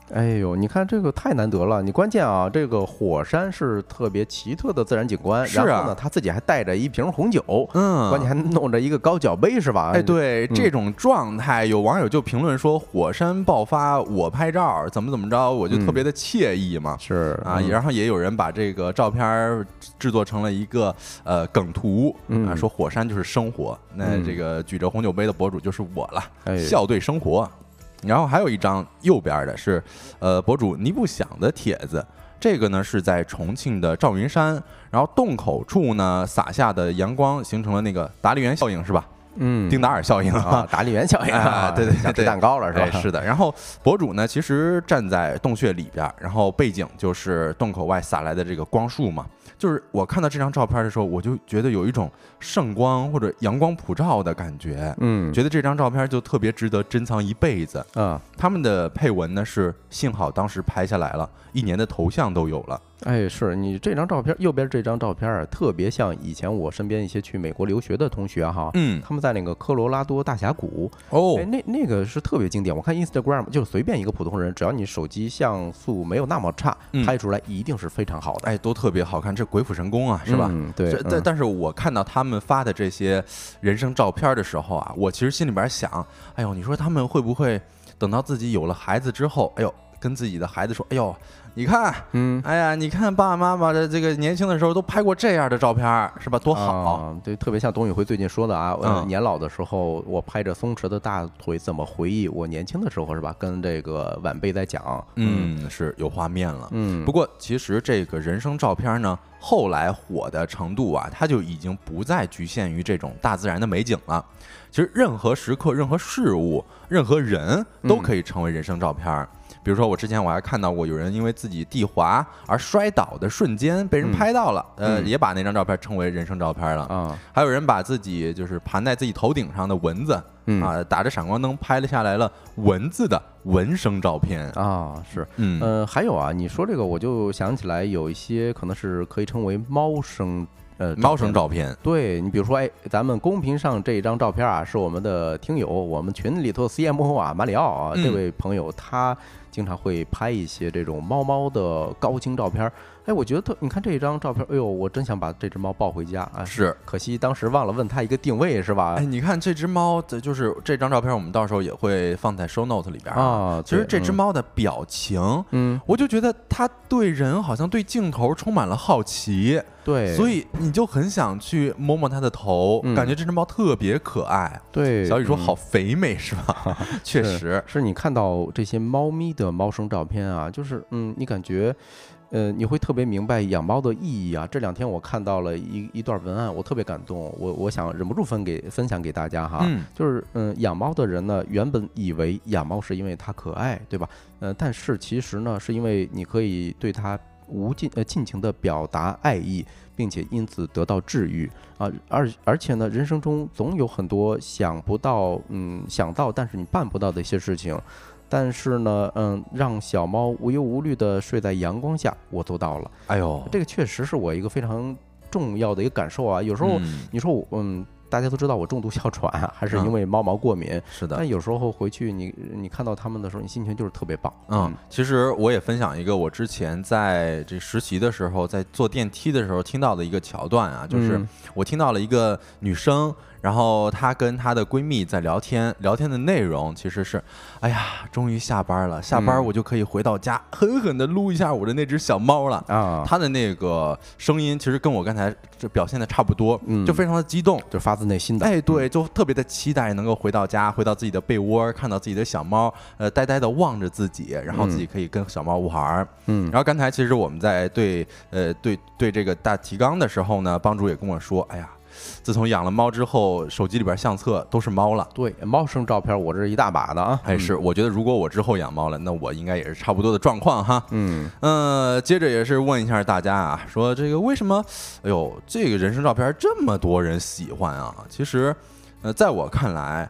[SPEAKER 2] 哎呦，你看这个太难得了！你关键啊，这个火山是特别奇特的自然景观，
[SPEAKER 1] 是啊、
[SPEAKER 2] 然后呢，他自己还带着一瓶红酒，
[SPEAKER 1] 嗯，
[SPEAKER 2] 关键还弄着一个高脚杯，是吧？
[SPEAKER 1] 哎，对、
[SPEAKER 2] 嗯、
[SPEAKER 1] 这种状态，有网友就评论说，火山爆发，我拍照，怎么怎么着，我就特别的惬意嘛。
[SPEAKER 2] 嗯、是
[SPEAKER 1] 啊、
[SPEAKER 2] 嗯，
[SPEAKER 1] 然后也有人把这个照片制作成了一个呃梗图，
[SPEAKER 2] 嗯、
[SPEAKER 1] 啊，说火山就是生活，那这个举着红酒杯的博主就是我了，
[SPEAKER 2] 哎、
[SPEAKER 1] 笑对生活。然后还有一张右边的是，呃，博主倪不想的帖子，这个呢是在重庆的赵云山，然后洞口处呢洒下的阳光形成了那个达利园效应，是吧？
[SPEAKER 2] 嗯，
[SPEAKER 1] 丁达尔效应
[SPEAKER 2] 啊，达利园效应
[SPEAKER 1] 啊，对对对，
[SPEAKER 2] 吃蛋糕了是吧、
[SPEAKER 1] 哎？是的。然后博主呢，其实站在洞穴里边，然后背景就是洞口外洒来的这个光束嘛。就是我看到这张照片的时候，我就觉得有一种圣光或者阳光普照的感觉，
[SPEAKER 2] 嗯，
[SPEAKER 1] 觉得这张照片就特别值得珍藏一辈子
[SPEAKER 2] 啊。
[SPEAKER 1] 他们的配文呢是幸好当时拍下来了，一年的头像都有了。
[SPEAKER 2] 哎，是你这张照片右边这张照片啊，特别像以前我身边一些去美国留学的同学哈，
[SPEAKER 1] 嗯，
[SPEAKER 2] 他们在那个科罗拉多大峡谷
[SPEAKER 1] 哦，
[SPEAKER 2] 哎，那那个是特别经典。我看 Instagram 就随便一个普通人，只要你手机像素没有那么差，
[SPEAKER 1] 嗯、
[SPEAKER 2] 拍出来一定是非常好的。
[SPEAKER 1] 哎，都特别好看，这鬼斧神工啊，是吧？
[SPEAKER 2] 嗯、对。
[SPEAKER 1] 但、嗯、但是我看到他们发的这些人生照片的时候啊，我其实心里边想，哎呦，你说他们会不会等到自己有了孩子之后，哎呦，跟自己的孩子说，哎呦。你看，
[SPEAKER 2] 嗯，
[SPEAKER 1] 哎呀，你看爸爸妈妈的这个年轻的时候都拍过这样的照片，是吧？多好！
[SPEAKER 2] 啊、对，特别像董宇辉最近说的啊，
[SPEAKER 1] 嗯、
[SPEAKER 2] 呃，年老的时候我拍着松弛的大腿，怎么回忆我年轻的时候，是吧？跟这个晚辈在讲，
[SPEAKER 1] 嗯，嗯是有画面了。
[SPEAKER 2] 嗯，
[SPEAKER 1] 不过其实这个人生照片呢，后来火的程度啊，它就已经不再局限于这种大自然的美景了。其实任何时刻、任何事物、任何人都可以成为人生照片。嗯比如说，我之前我还看到过有人因为自己地滑而摔倒的瞬间被人拍到了，
[SPEAKER 2] 嗯、
[SPEAKER 1] 呃，也把那张照片称为人生照片了
[SPEAKER 2] 啊。
[SPEAKER 1] 还有人把自己就是盘在自己头顶上的蚊子，
[SPEAKER 2] 嗯、
[SPEAKER 1] 啊，打着闪光灯拍了下来了蚊子的蚊生照片
[SPEAKER 2] 啊，是，
[SPEAKER 1] 嗯，
[SPEAKER 2] 呃，还有啊，你说这个我就想起来有一些可能是可以称为猫生。呃，
[SPEAKER 1] 猫生照片，
[SPEAKER 2] 对你比如说，哎，咱们公屏上这一张照片啊，是我们的听友，我们群里头 C M O 啊，马里奥啊，
[SPEAKER 1] 嗯、
[SPEAKER 2] 这位朋友他经常会拍一些这种猫猫的高清照片。哎，我觉得特，你看这一张照片，哎呦，我真想把这只猫抱回家啊！
[SPEAKER 1] 是，
[SPEAKER 2] 可惜当时忘了问他一个定位，是吧？
[SPEAKER 1] 哎，你看这只猫，就是这张照片，我们到时候也会放在 show note 里边
[SPEAKER 2] 啊。
[SPEAKER 1] 其实这只猫的表情，
[SPEAKER 2] 嗯，
[SPEAKER 1] 我就觉得它对人好像对镜头充满了好奇，
[SPEAKER 2] 对，
[SPEAKER 1] 所以你就很想去摸摸它的头，
[SPEAKER 2] 嗯、
[SPEAKER 1] 感觉这只猫特别可爱。
[SPEAKER 2] 对，
[SPEAKER 1] 小雨说
[SPEAKER 2] 嗯、
[SPEAKER 1] 好肥美是吧？确实
[SPEAKER 2] 是，是你看到这些猫咪的猫生照片啊，就是嗯，你感觉。呃，你会特别明白养猫的意义啊！这两天我看到了一一段文案，我特别感动，我我想忍不住分给分享给大家哈。
[SPEAKER 1] 嗯，
[SPEAKER 2] 就是嗯，养猫的人呢，原本以为养猫是因为它可爱，对吧？呃，但是其实呢，是因为你可以对它无尽呃尽情的表达爱意，并且因此得到治愈啊。而而且呢，人生中总有很多想不到，嗯，想到但是你办不到的一些事情。但是呢，嗯，让小猫无忧无虑地睡在阳光下，我做到了。
[SPEAKER 1] 哎呦，
[SPEAKER 2] 这个确实是我一个非常重要的一个感受啊。有时候你说我，嗯，大家都知道我重度哮喘啊，还是因为猫毛过敏。
[SPEAKER 1] 嗯、是的。
[SPEAKER 2] 但有时候回去你你看到它们的时候，你心情就是特别棒。
[SPEAKER 1] 嗯，其实我也分享一个我之前在这实习的时候，在坐电梯的时候听到的一个桥段啊，就是我听到了一个女生。然后她跟她的闺蜜在聊天，聊天的内容其实是，哎呀，终于下班了，下班我就可以回到家，狠狠地撸一下我的那只小猫了啊！她的那个声音其实跟我刚才这表现的差不多，
[SPEAKER 2] 嗯，
[SPEAKER 1] 就非常的激动，
[SPEAKER 2] 就发自内心的。
[SPEAKER 1] 哎，对，就特别的期待能够回到家，回到自己的被窝，看到自己的小猫，呃，呆呆的望着自己，然后自己可以跟小猫玩。
[SPEAKER 2] 嗯，
[SPEAKER 1] 然后刚才其实我们在对呃对对这个大提纲的时候呢，帮主也跟我说，哎呀。自从养了猫之后，手机里边相册都是猫了。
[SPEAKER 2] 对，猫生照片我这是一大把的啊。
[SPEAKER 1] 哎，是，我觉得如果我之后养猫了，那我应该也是差不多的状况哈。
[SPEAKER 2] 嗯，
[SPEAKER 1] 呃，接着也是问一下大家啊，说这个为什么，哎呦，这个人生照片这么多人喜欢啊？其实，呃，在我看来。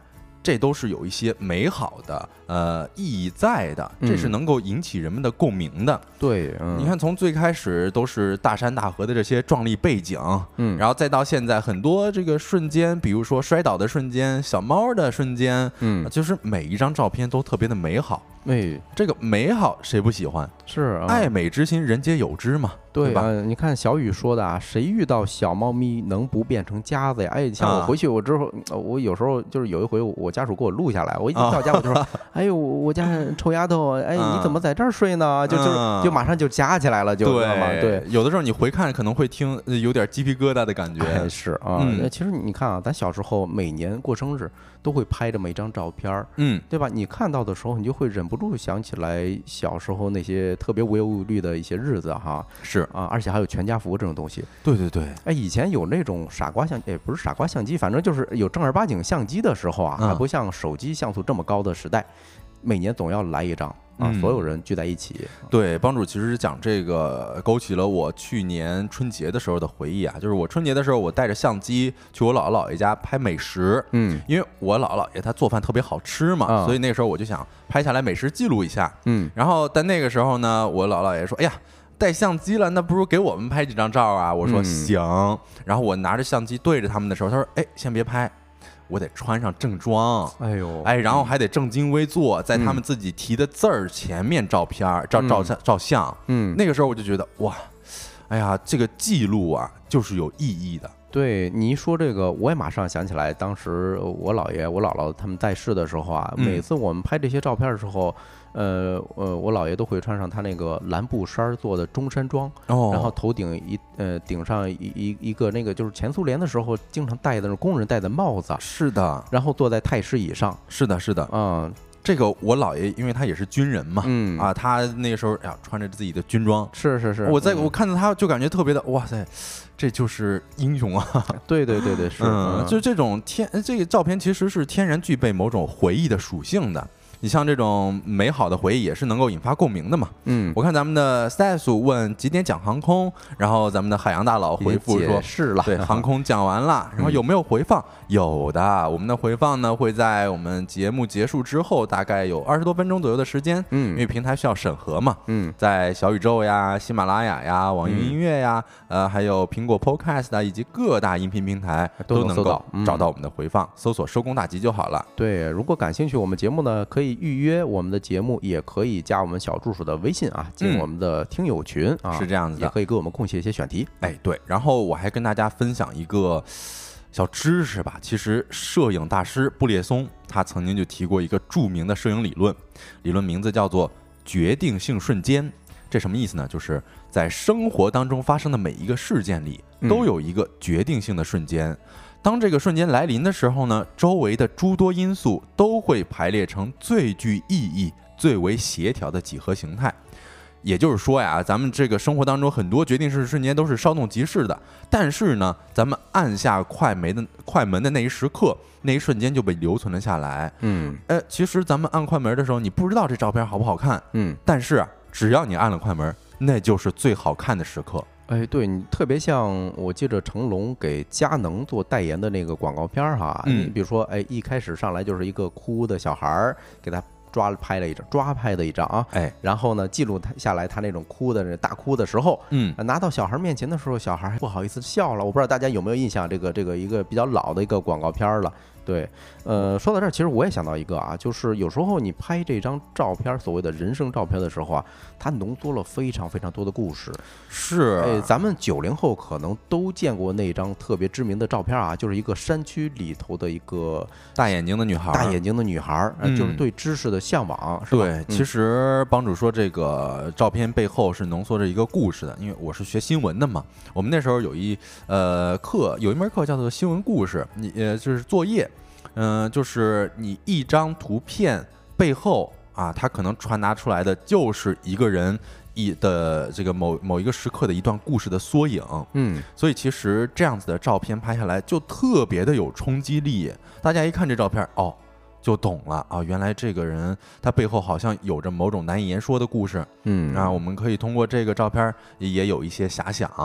[SPEAKER 1] 这都是有一些美好的呃意义在的，这是能够引起人们的共鸣的。
[SPEAKER 2] 对，嗯、
[SPEAKER 1] 你看从最开始都是大山大河的这些壮丽背景，嗯，然后再到现在很多这个瞬间，比如说摔倒的瞬间、小猫的瞬间，嗯，就是每一张照片都特别的美好。
[SPEAKER 2] 哎，
[SPEAKER 1] 这个美好谁不喜欢？
[SPEAKER 2] 是、啊、
[SPEAKER 1] 爱美之心，人皆有之嘛。
[SPEAKER 2] 对
[SPEAKER 1] 吧、
[SPEAKER 2] 呃？你看小雨说的啊，谁遇到小猫咪能不变成夹子呀？哎，像我回去我之后，啊、我有时候就是有一回我家属给我录下来，我一到家我就说，啊、哎呦，我家臭丫头，哎，你怎么在这儿睡呢？就就就马上就夹起来了，就知道吗？对，
[SPEAKER 1] 有的时候你回看可能会听有点鸡皮疙瘩的感觉。
[SPEAKER 2] 哎、是啊、嗯，其实你看啊，咱小时候每年过生日都会拍这么一张照片，嗯，对吧？你看到的时候，你就会忍不住想起来小时候那些特别无忧无虑的一些日子哈。
[SPEAKER 1] 是
[SPEAKER 2] 啊，而且还有全家福这种东西。
[SPEAKER 1] 对对对，
[SPEAKER 2] 哎，以前有那种傻瓜相，也不是傻瓜相机，反正就是有正儿八经相机的时候啊，还不像手机像素这么高的时代，每年总要来一张。啊，所有人聚在一起。
[SPEAKER 1] 对，帮主其实讲这个勾起了我去年春节的时候的回忆啊，就是我春节的时候，我带着相机去我姥姥姥爷家拍美食，嗯，因为我姥姥姥爷他做饭特别好吃嘛，嗯、所以那个时候我就想拍下来美食记录一下，嗯，然后但那个时候呢，我姥姥姥爷说，哎呀。带相机了，那不如给我们拍几张照啊？我说行，嗯、然后我拿着相机对着他们的时候，他说：“哎，先别拍，我得穿上正装，哎呦，哎，然后还得正襟危坐，在他们自己提的字儿前面照片、照照照照相。嗯，那个时候我就觉得哇，哎呀，这个记录啊，就是有意义的。”
[SPEAKER 2] 对你一说这个，我也马上想起来，当时我姥爷、我姥姥他们在世的时候啊，嗯、每次我们拍这些照片的时候。呃呃，我姥爷都会穿上他那个蓝布衫做的中山装，哦、然后头顶一呃顶上一一一个那个就是前苏联的时候经常戴的那种工人戴的帽子，
[SPEAKER 1] 是的，
[SPEAKER 2] 然后坐在太师椅上，
[SPEAKER 1] 是的，是的，
[SPEAKER 2] 嗯。
[SPEAKER 1] 这个我姥爷，因为他也是军人嘛，嗯啊，他那个时候呀穿着自己的军装，
[SPEAKER 2] 是是是，
[SPEAKER 1] 我在我看到他就感觉特别的，哇塞，这就是英雄啊！
[SPEAKER 2] 对对对对，是，
[SPEAKER 1] 嗯，就这种天，这个照片其实是天然具备某种回忆的属性的。你像这种美好的回忆也是能够引发共鸣的嘛。嗯，我看咱们的 Stas 问几点讲航空，然后咱们的海洋大佬回复说
[SPEAKER 2] 是了，
[SPEAKER 1] 对，航空讲完了，然后有没有回放？有的，我们的回放呢会在我们节目结束之后，大概有二十多分钟左右的时间，嗯，因为平台需要审核嘛，嗯，在小宇宙呀、喜马拉雅呀、网易音乐呀，呃，还有苹果 Podcast 啊，以及各大音频平台都能够找到我们的回放，搜索收工大吉就好了。
[SPEAKER 2] 对，如果感兴趣，我们节目呢可以预约我们的节目，也可以加我们小助手的微信啊，进我们的听友群啊，
[SPEAKER 1] 是这样子的，
[SPEAKER 2] 也可以给我们贡献一些选题。
[SPEAKER 1] 哎，对，然后我还跟大家分享一个小知识吧。其实摄影大师布列松他曾经就提过一个著名的摄影理论，理论名字叫做决定性瞬间。这什么意思呢？就是在生活当中发生的每一个事件里，都有一个决定性的瞬间。嗯，当这个瞬间来临的时候呢，周围的诸多因素都会排列成最具意义、最为协调的几何形态。也就是说呀，咱们这个生活当中很多决定性瞬间都是稍纵即逝的，但是呢，咱们按下快门的快门的那一时刻，那一瞬间就被留存了下来。嗯，哎，其实咱们按快门的时候，你不知道这照片好不好看，嗯，但是啊，只要你按了快门，那就是最好看的时刻。
[SPEAKER 2] 哎，对，你特别像我记着成龙给佳能做代言的那个广告片哈，嗯，你比如说，哎，一开始上来就是一个哭的小孩儿，给他抓拍了一张，抓拍的一张啊，哎，然后呢，记录他下来他那种哭的大哭的时候，嗯，拿到小孩面前的时候，小孩还不好意思笑了。我不知道大家有没有印象，这个这个一个比较老的一个广告片了。对，呃，说到这儿，其实我也想到一个啊，就是有时候你拍这张照片，所谓的人生照片的时候啊，它浓缩了非常非常多的故事。
[SPEAKER 1] 是，
[SPEAKER 2] 哎，咱们九零后可能都见过那张特别知名的照片啊，就是一个山区里头的一个
[SPEAKER 1] 大眼睛的女孩，
[SPEAKER 2] 大眼睛的女孩，嗯、就是对知识的向往。是吧？
[SPEAKER 1] 对，其实帮主说这个照片背后是浓缩着一个故事的，因为我是学新闻的嘛，我们那时候有一呃课，有一门课叫做新闻故事，你呃就是作业。嗯、呃，就是你一张图片背后啊，它可能传达出来的就是一个人一的这个某某一个时刻的一段故事的缩影。嗯，所以其实这样子的照片拍下来就特别的有冲击力，大家一看这照片，哦，就懂了啊，原来这个人他背后好像有着某种难以言说的故事。嗯，啊，我们可以通过这个照片也有一些遐想。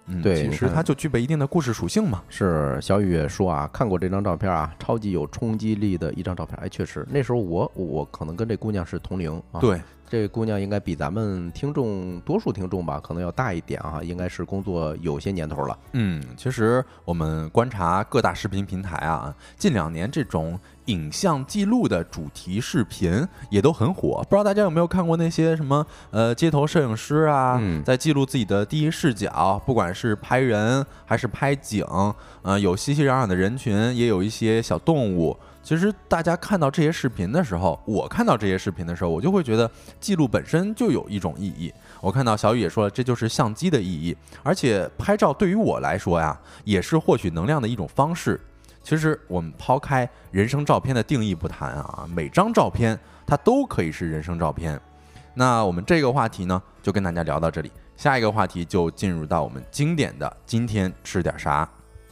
[SPEAKER 1] 嗯，
[SPEAKER 2] 对，
[SPEAKER 1] 其实它就具备一定的故事属性嘛。
[SPEAKER 2] 是小雨也说啊，看过这张照片啊，超级有冲击力的一张照片。哎，确实，那时候我我可能跟这姑娘是同龄啊。
[SPEAKER 1] 对。
[SPEAKER 2] 这姑娘应该比咱们听众多数听众吧，可能要大一点啊，应该是工作有些年头了。
[SPEAKER 1] 嗯，其实我们观察各大视频平台啊，近两年这种影像记录的主题视频也都很火。不知道大家有没有看过那些什么呃街头摄影师啊，
[SPEAKER 2] 嗯、
[SPEAKER 1] 在记录自己的第一视角，不管是拍人还是拍景，呃，有熙熙攘攘的人群，也有一些小动物。其实大家看到这些视频的时候，我看到这些视频的时候，我就会觉得记录本身就有一种意义。我看到小雨也说了，这就是相机的意义。而且拍照对于我来说呀，也是获取能量的一种方式。其实我们抛开人生照片的定义不谈啊，每张照片它都可以是人生照片。那我们这个话题呢，就跟大家聊到这里。下一个话题就进入到我们经典的今天吃点啥。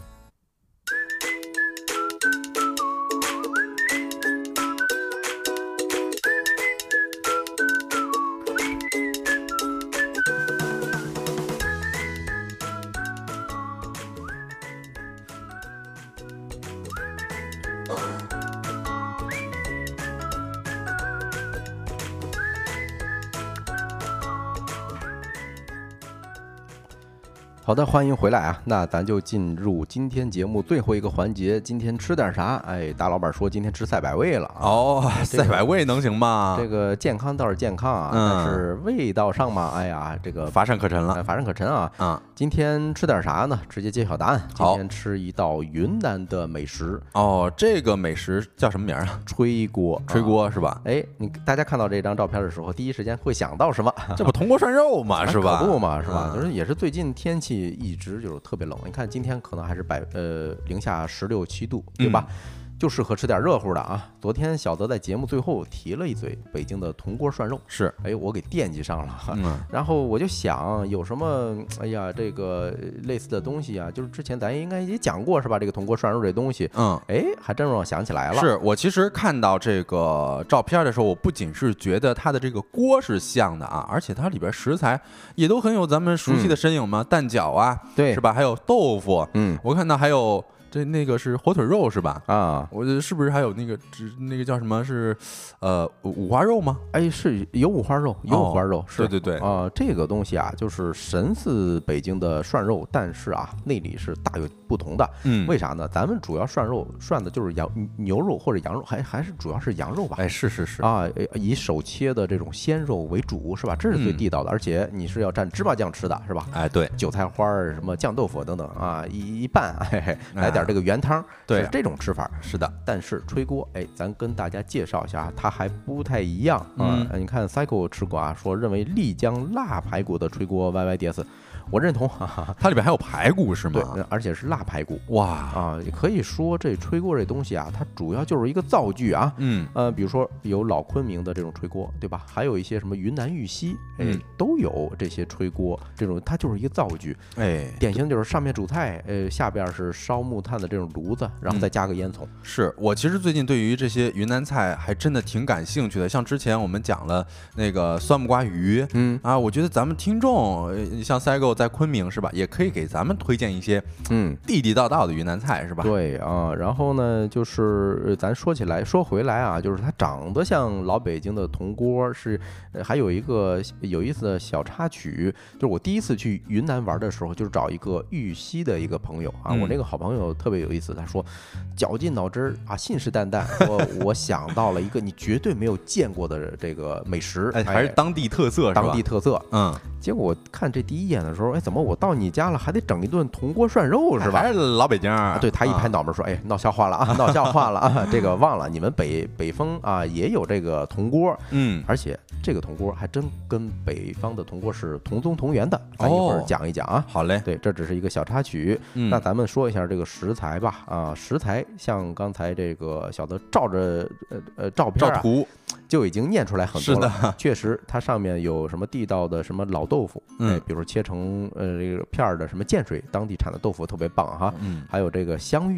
[SPEAKER 2] 好的，欢迎回来啊！那咱就进入今天节目最后一个环节，今天吃点啥？哎，大老板说今天吃赛百味了啊！
[SPEAKER 1] 哦，赛百味能行吗？
[SPEAKER 2] 这个健康倒是健康啊，
[SPEAKER 1] 嗯、
[SPEAKER 2] 但是味道上嘛，哎呀，这个
[SPEAKER 1] 乏善可陈了，
[SPEAKER 2] 哎、乏善可陈啊！
[SPEAKER 1] 啊、嗯，
[SPEAKER 2] 今天吃点啥呢？直接揭晓答案。今天吃一道云南的美食。
[SPEAKER 1] 哦，这个美食叫什么名啊？
[SPEAKER 2] 炊锅，
[SPEAKER 1] 炊锅是吧？
[SPEAKER 2] 哎，你大家看到这张照片的时候，第一时间会想到什么？
[SPEAKER 1] 这不铜锅涮肉嘛，是吧？
[SPEAKER 2] 可不嘛，是吧？就是也是最近天气一直就是特别冷，你看今天可能还是百呃零下十六七度，对吧？嗯，就适合吃点热乎的啊！昨天小泽在节目最后提了一嘴北京的铜锅涮肉，
[SPEAKER 1] 是，
[SPEAKER 2] 哎，我给惦记上了。
[SPEAKER 1] 嗯，
[SPEAKER 2] 然后我就想有什么，哎呀，这个类似的东西啊，就是之前咱应该也讲过是吧？这个铜锅涮肉这东西，
[SPEAKER 1] 嗯，
[SPEAKER 2] 哎，还真让我想起来了。
[SPEAKER 1] 是我其实看到这个照片的时候，我不仅是觉得它的这个锅是像的啊，而且它里边食材也都很有咱们熟悉的身影嘛，嗯、蛋饺啊，
[SPEAKER 2] 对，
[SPEAKER 1] 是吧？还有豆腐，
[SPEAKER 2] 嗯，
[SPEAKER 1] 我看到还有。这那个是火腿肉是吧？
[SPEAKER 2] 啊，
[SPEAKER 1] 我觉得是不是还有那个那个叫什么是，呃，五花肉吗？
[SPEAKER 2] 哎，是有五花肉，有五花肉，
[SPEAKER 1] 哦、
[SPEAKER 2] 是，
[SPEAKER 1] 对对对，
[SPEAKER 2] 啊、呃，这个东西啊，就是神似北京的涮肉，但是啊，内里是大有不同的。
[SPEAKER 1] 嗯，
[SPEAKER 2] 为啥呢？咱们主要涮肉涮的就是羊牛肉或者羊肉，还还是主要是羊肉吧？
[SPEAKER 1] 哎，是是是
[SPEAKER 2] 啊，以手切的这种鲜肉为主，是吧？这是最地道的，嗯、而且你是要蘸芝麻酱吃的，是吧？
[SPEAKER 1] 哎，对，
[SPEAKER 2] 韭菜花儿、什么酱豆腐等等啊，一一拌，嘿嘿，来点这个原汤，
[SPEAKER 1] 对，
[SPEAKER 2] 是这种吃法。
[SPEAKER 1] 是的，
[SPEAKER 2] 但是炊锅，哎，咱跟大家介绍一下，它还不太一样啊。
[SPEAKER 1] 嗯、
[SPEAKER 2] 你看 Cycle 吃过啊，说认为丽江辣排骨的炊锅 Y Y D S。我认同，哈哈，
[SPEAKER 1] 它里边还有排骨是吗？
[SPEAKER 2] 对，而且是辣排骨。
[SPEAKER 1] 哇
[SPEAKER 2] 啊，也可以说这炊锅这东西啊，它主要就是一个灶具啊。
[SPEAKER 1] 嗯，
[SPEAKER 2] 呃，比如说有老昆明的这种炊锅，对吧？还有一些什么云南玉溪，哎，
[SPEAKER 1] 嗯、
[SPEAKER 2] 都有这些炊锅。这种它就是一个灶具，
[SPEAKER 1] 哎，
[SPEAKER 2] 典型就是上面煮菜，呃，下边是烧木炭的这种炉子，然后再加个烟囱。
[SPEAKER 1] 嗯、是我其实最近对于这些云南菜还真的挺感兴趣的，像之前我们讲了那个酸木瓜鱼，
[SPEAKER 2] 嗯
[SPEAKER 1] 啊，我觉得咱们听众像 Cygo 在昆明是吧？也可以给咱们推荐一些嗯地地道道的云南菜是吧？
[SPEAKER 2] 对啊，然后呢，就是咱说起来说回来啊，就是它长得像老北京的铜锅，是还有一个有意思的小插曲，就是我第一次去云南玩的时候，就是找一个玉溪的一个朋友啊，
[SPEAKER 1] 嗯、
[SPEAKER 2] 我那个好朋友特别有意思，他说绞尽脑汁啊，信誓旦旦说我想到了一个你绝对没有见过的这个美食，
[SPEAKER 1] 哎，还是当地特色是吧？
[SPEAKER 2] 当地特色，
[SPEAKER 1] 嗯。
[SPEAKER 2] 结果我看这第一眼的时候，哎，怎么我到你家了还得整一顿铜锅涮肉是吧？
[SPEAKER 1] 还是老北京
[SPEAKER 2] 啊？对，他一拍脑门说：“哎，闹笑话了啊，闹笑话了啊！这个忘了，你们北北方啊也有这个铜锅，
[SPEAKER 1] 嗯，
[SPEAKER 2] 而且这个铜锅还真跟北方的铜锅是同宗同源的。咱一会儿讲一讲啊。
[SPEAKER 1] 好嘞，
[SPEAKER 2] 对，这只是一个小插曲。
[SPEAKER 1] 嗯，
[SPEAKER 2] 那咱们说一下这个食材吧。啊，食材像刚才这个小的照着呃呃照片
[SPEAKER 1] 照图。
[SPEAKER 2] 就已经念出来很多了，
[SPEAKER 1] 是的，
[SPEAKER 2] 确实，它上面有什么地道的什么老豆腐，
[SPEAKER 1] 嗯，
[SPEAKER 2] 哎，比如切成呃这个片儿的什么建水，当地产的豆腐特别棒哈，
[SPEAKER 1] 嗯，
[SPEAKER 2] 还有这个香芋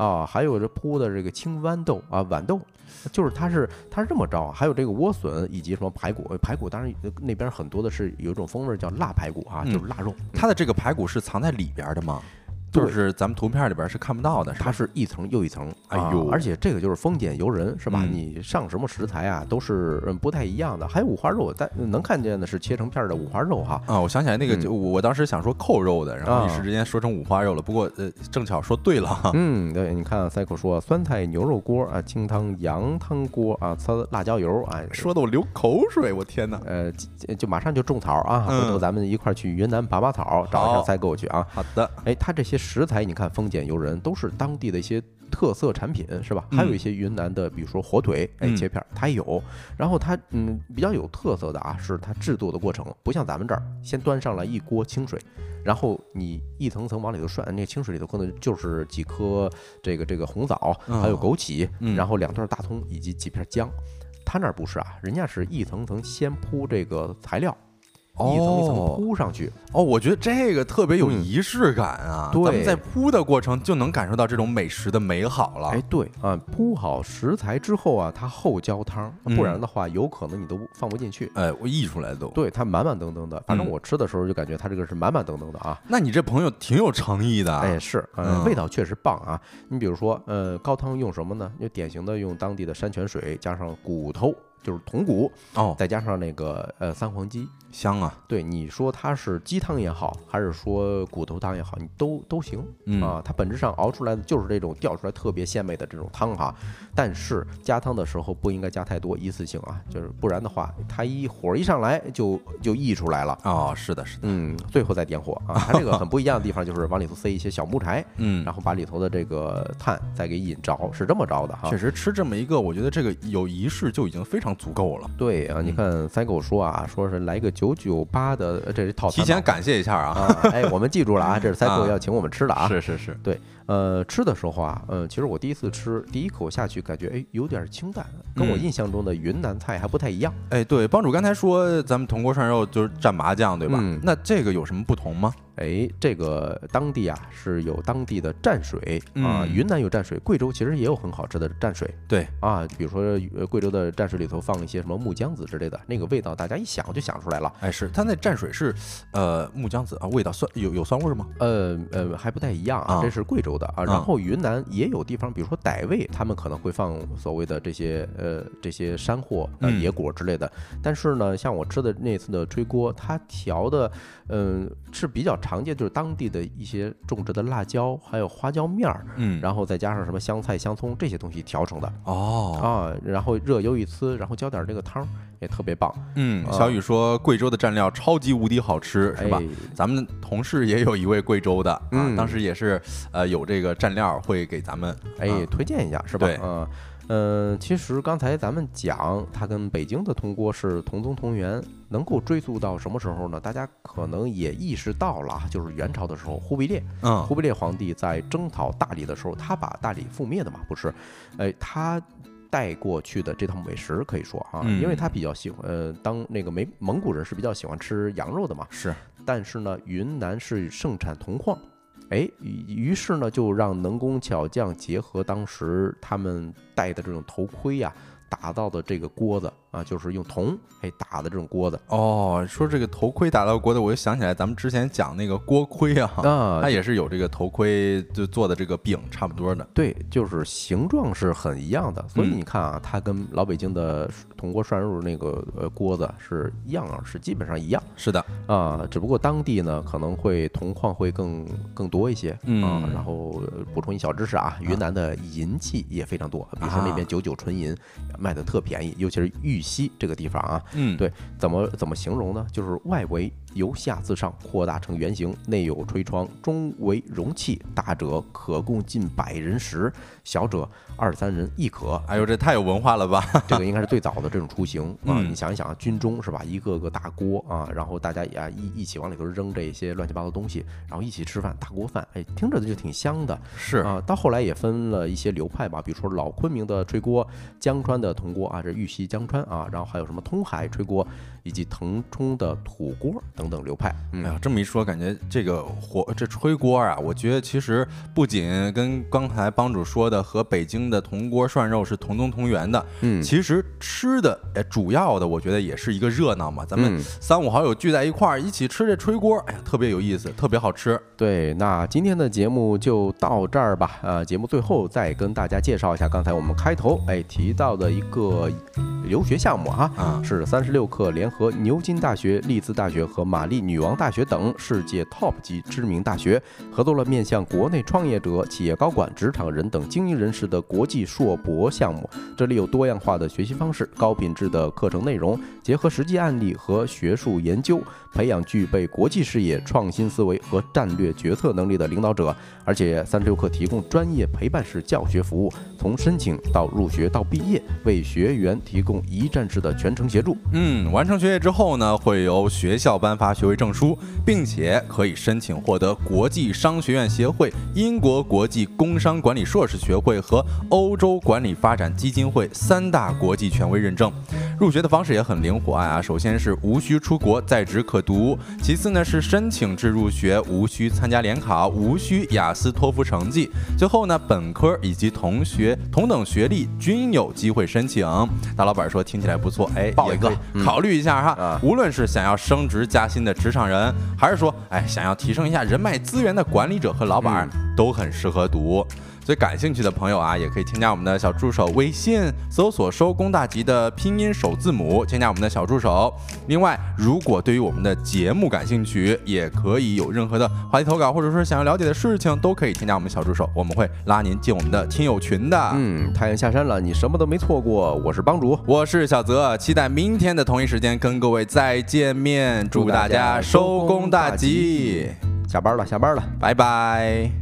[SPEAKER 2] 啊，还有这铺的这个青豌豆啊，豌豆。就是它是它是这么着啊，还有这个莴笋以及什么排骨，排骨当然那边很多的是有一种风味叫腊排骨啊，就是腊肉。
[SPEAKER 1] 嗯、它的这个排骨是藏在里边的吗？就是咱们图片里边是看不到的，
[SPEAKER 2] 它是一层又一层，
[SPEAKER 1] 哎呦，
[SPEAKER 2] 而且这个就是丰俭由人，是吧？嗯、你上什么食材啊，都是不太一样的。还有五花肉，但能看见的是切成片的五花肉哈。
[SPEAKER 1] 啊，我想起来那个，就、嗯、我当时想说扣肉的，然后一时之间说成五花肉了。不过呃，正巧说对了。
[SPEAKER 2] 嗯，对，你看 Cycle 说酸菜牛肉锅啊，清汤羊汤锅啊，呲辣椒油啊，
[SPEAKER 1] 说的我流口水，我天哪！
[SPEAKER 2] 呃，就马上就种草啊，回头咱们一块去云南拔拔草，找一下 Cycle 去啊。
[SPEAKER 1] 好的，
[SPEAKER 2] 哎，他这些食材你看丰俭由人，都是当地的一些特色产品，是吧？还有一些云南的，比如说火腿，哎，切片它也有。然后它嗯比较有特色的啊，是它制作的过程，不像咱们这儿先端上来一锅清水，然后你一层层往里头涮，那个清水里头可能就是几颗这个这个红枣，还有枸杞，然后两段大葱以及几片姜。他那儿不是啊，人家是一层层先铺这个材料。一层一层铺上去
[SPEAKER 1] 哦，我觉得这个特别有仪式感啊！
[SPEAKER 2] 对、嗯，
[SPEAKER 1] 咱们在铺的过程就能感受到这种美食的美好了。
[SPEAKER 2] 哎，对啊，铺好食材之后啊，它后浇汤，不然的话，有可能你都放不进去。
[SPEAKER 1] 哎，我溢出来都。
[SPEAKER 2] 对，它满满登登的，反正我吃的时候就感觉它这个是满满登登的啊。
[SPEAKER 1] 那你这朋友挺有诚意的。
[SPEAKER 2] 哎，是，嗯，味道确实棒啊。你比如说，呃，高汤用什么呢？就典型的用当地的山泉水，加上骨头。就是筒骨
[SPEAKER 1] 哦，
[SPEAKER 2] 再加上那个呃三黄鸡，
[SPEAKER 1] 香啊！
[SPEAKER 2] 对，你说它是鸡汤也好，还是说骨头汤也好，你都都行、嗯、啊。它本质上熬出来的就是这种调出来特别鲜美的这种汤哈。但是加汤的时候不应该加太多，一次性啊，就是不然的话，它一火一上来就就溢出来了。
[SPEAKER 1] 哦，是的，是的，
[SPEAKER 2] 嗯，最后再点火啊。它这个很不一样的地方就是往里头塞一些小木柴，
[SPEAKER 1] 嗯，
[SPEAKER 2] 然后把里头的这个炭再给引着，是这么着的哈。
[SPEAKER 1] 确实吃这么一个，我觉得这个有仪式就已经非常足够了。
[SPEAKER 2] 对啊，你看三狗说啊，说是来个九九八的，这是套餐。
[SPEAKER 1] 提前感谢一下啊！
[SPEAKER 2] 啊哎，我们记住了啊，这是三狗要请我们吃的啊。
[SPEAKER 1] 是是是，
[SPEAKER 2] 对，呃，吃的时候啊，呃，其实我第一次吃，第一口下去感觉哎有点清淡，跟我印象中的云南菜还不太一样。
[SPEAKER 1] 哎，对，帮主刚才说咱们铜锅涮肉就是蘸麻酱，对吧？
[SPEAKER 2] 嗯、
[SPEAKER 1] 那这个有什么不同吗？
[SPEAKER 2] 哎，这个当地啊是有当地的蘸水啊、
[SPEAKER 1] 嗯，
[SPEAKER 2] 云南有蘸水，贵州其实也有很好吃的蘸水。
[SPEAKER 1] 对
[SPEAKER 2] 啊，比如说贵州的蘸水里头放一些什么木姜子之类的，那个味道大家一想就想出来了。
[SPEAKER 1] 哎，是它那蘸水是呃木姜子啊，味道酸有有酸味吗？
[SPEAKER 2] 呃呃还不太一样啊，这是贵州的啊。然后云南也有地方，比如说傣味，他们可能会放所谓的这些呃这些山货、呃、野果之类的。嗯、但是呢，像我吃的那次的炊锅，它调的嗯、呃、是比较常见，就是当地的一些种植的辣椒，还有花椒面儿，
[SPEAKER 1] 嗯，
[SPEAKER 2] 然后再加上什么香菜、香葱这些东西调成的。
[SPEAKER 1] 哦
[SPEAKER 2] 啊，然后热油一呲，然后浇点这个汤，也特别棒。
[SPEAKER 1] 嗯，小雨说贵州的蘸料超级无敌好吃，是吧？
[SPEAKER 2] 哎、
[SPEAKER 1] 咱们同事也有一位贵州的啊，
[SPEAKER 2] 嗯、
[SPEAKER 1] 当时也是呃有这个蘸料会给咱们
[SPEAKER 2] 哎、
[SPEAKER 1] 啊、
[SPEAKER 2] 推荐一下，是吧？
[SPEAKER 1] 对，
[SPEAKER 2] 嗯。嗯，其实刚才咱们讲，它跟北京的铜锅是同宗同源，能够追溯到什么时候呢？大家可能也意识到了，就是元朝的时候，忽必烈，
[SPEAKER 1] 嗯，
[SPEAKER 2] 忽必烈皇帝在征讨大理的时候，他把大理覆灭的嘛，不是？哎，他带过去的这套美食可以说啊，
[SPEAKER 1] 嗯、
[SPEAKER 2] 因为他比较喜欢，呃，当那个梅蒙古人是比较喜欢吃羊肉的嘛，
[SPEAKER 1] 是。
[SPEAKER 2] 但是呢，云南是盛产铜矿。哎，于是呢，就让能工巧匠结合当时他们戴的这种头盔呀、啊，打造的这个锅子啊，就是用铜哎打的这种锅子。
[SPEAKER 1] 哦，说这个头盔打到锅子，我就想起来咱们之前讲那个锅盔啊，
[SPEAKER 2] 啊，
[SPEAKER 1] 它也是有这个头盔就做的这个柄差不多的。
[SPEAKER 2] 对，就是形状是很一样的，所以你看啊，它跟老北京的铜锅涮肉那个呃锅子是一样，是基本上一样。
[SPEAKER 1] 是的
[SPEAKER 2] 啊，只不过当地呢可能会铜矿会更更多一些、
[SPEAKER 1] 嗯、
[SPEAKER 2] 啊。然后补充一小知识啊，云南的银器也非常多，比如说那边九九纯银卖的特便宜，尤其是玉溪这个地方啊。
[SPEAKER 1] 嗯，
[SPEAKER 2] 对，怎么怎么形容呢？就是外围由下自上扩大成圆形，内有吹窗，中为容器，大者可供近百人食，小者二三人亦可。
[SPEAKER 1] 哎呦，这太有文化了吧！
[SPEAKER 2] 这个应该是最早的这种雏形啊！
[SPEAKER 1] 嗯、
[SPEAKER 2] 你想一想，军中是吧？一个个大锅啊，然后大家也、啊、一一起往里头扔这些乱七八糟东西，然后一起吃饭，大锅饭，哎，听着就挺香的。
[SPEAKER 1] 是
[SPEAKER 2] 啊，到后来也分了一些流派吧，比如说老昆明的炊锅，江川的铜锅啊，这玉溪江川啊，然后还有什么通海炊锅，以及腾冲的土锅等等流派。嗯、
[SPEAKER 1] 哎呀，这么一说，感觉这个火这炊锅啊，我觉得其实不仅跟刚才帮主说的和北京的铜锅涮肉是同宗同源的，
[SPEAKER 2] 嗯，
[SPEAKER 1] 其实吃的哎主要的我觉得也是一个热闹嘛，咱们三五好友聚在一块儿一起吃这炊锅，哎呀，特别有意思，特别好吃。
[SPEAKER 2] 对，那今天的节目就到这儿吧。呃，节目最后再跟大家介绍一下刚才我们开头哎提到的一个留学项目哈，
[SPEAKER 1] 啊，
[SPEAKER 2] 是三十六氪联合牛津大学、利兹大学和玛丽女王大学等世界 top 级知名大学，合作了面向国内创业者、企业高管、职场人等精英人士的国际硕博项目。这里有多样化的学习方式、高品质的课程内容，结合实际案例和学术研究，培养具备国际视野、创新思维和战略决策能力的领导者。而且三十六氪提供专业陪伴式教学服务，从申请到入学到毕业，为学员提供一站式的全程协助。
[SPEAKER 1] 嗯，完成学业之后呢，会由学校颁发学位证书，并且可以申请获得国际商学院协会、英国国际工商管理硕士学会和欧洲管理发展基金会三大国际权威认证。入学的方式也很灵活啊，首先是无需出国，在职可读；其次呢是申请制入学，无需参加联考，无需雅思托福成绩；最后呢，本科以及同学同等学历均有机会申请。大老板说听起来不错，哎，
[SPEAKER 2] 报一个，
[SPEAKER 1] 嗯、考虑一下哈。
[SPEAKER 2] 啊、
[SPEAKER 1] 无论是想要升职加薪的职场人，还是说哎想要提升一下人脉资源的管理者和老板，嗯、都很适合读。所以感兴趣的朋友啊，也可以添加我们的小助手微信，搜索收工大吉的拼音首字母，添加我们的小助手。另外，如果对于我们的节目感兴趣，也可以有任何的话题投稿，或者说想要了解的事情，都可以添加我们小助手，我们会拉您进我们的听友群的。
[SPEAKER 2] 嗯，太阳下山了，你什么都没错过。我是帮主，
[SPEAKER 1] 我是小泽，期待明天的同一时间跟各位再见面。祝大家收工大吉！
[SPEAKER 2] 下班了，下班了，
[SPEAKER 1] 拜拜。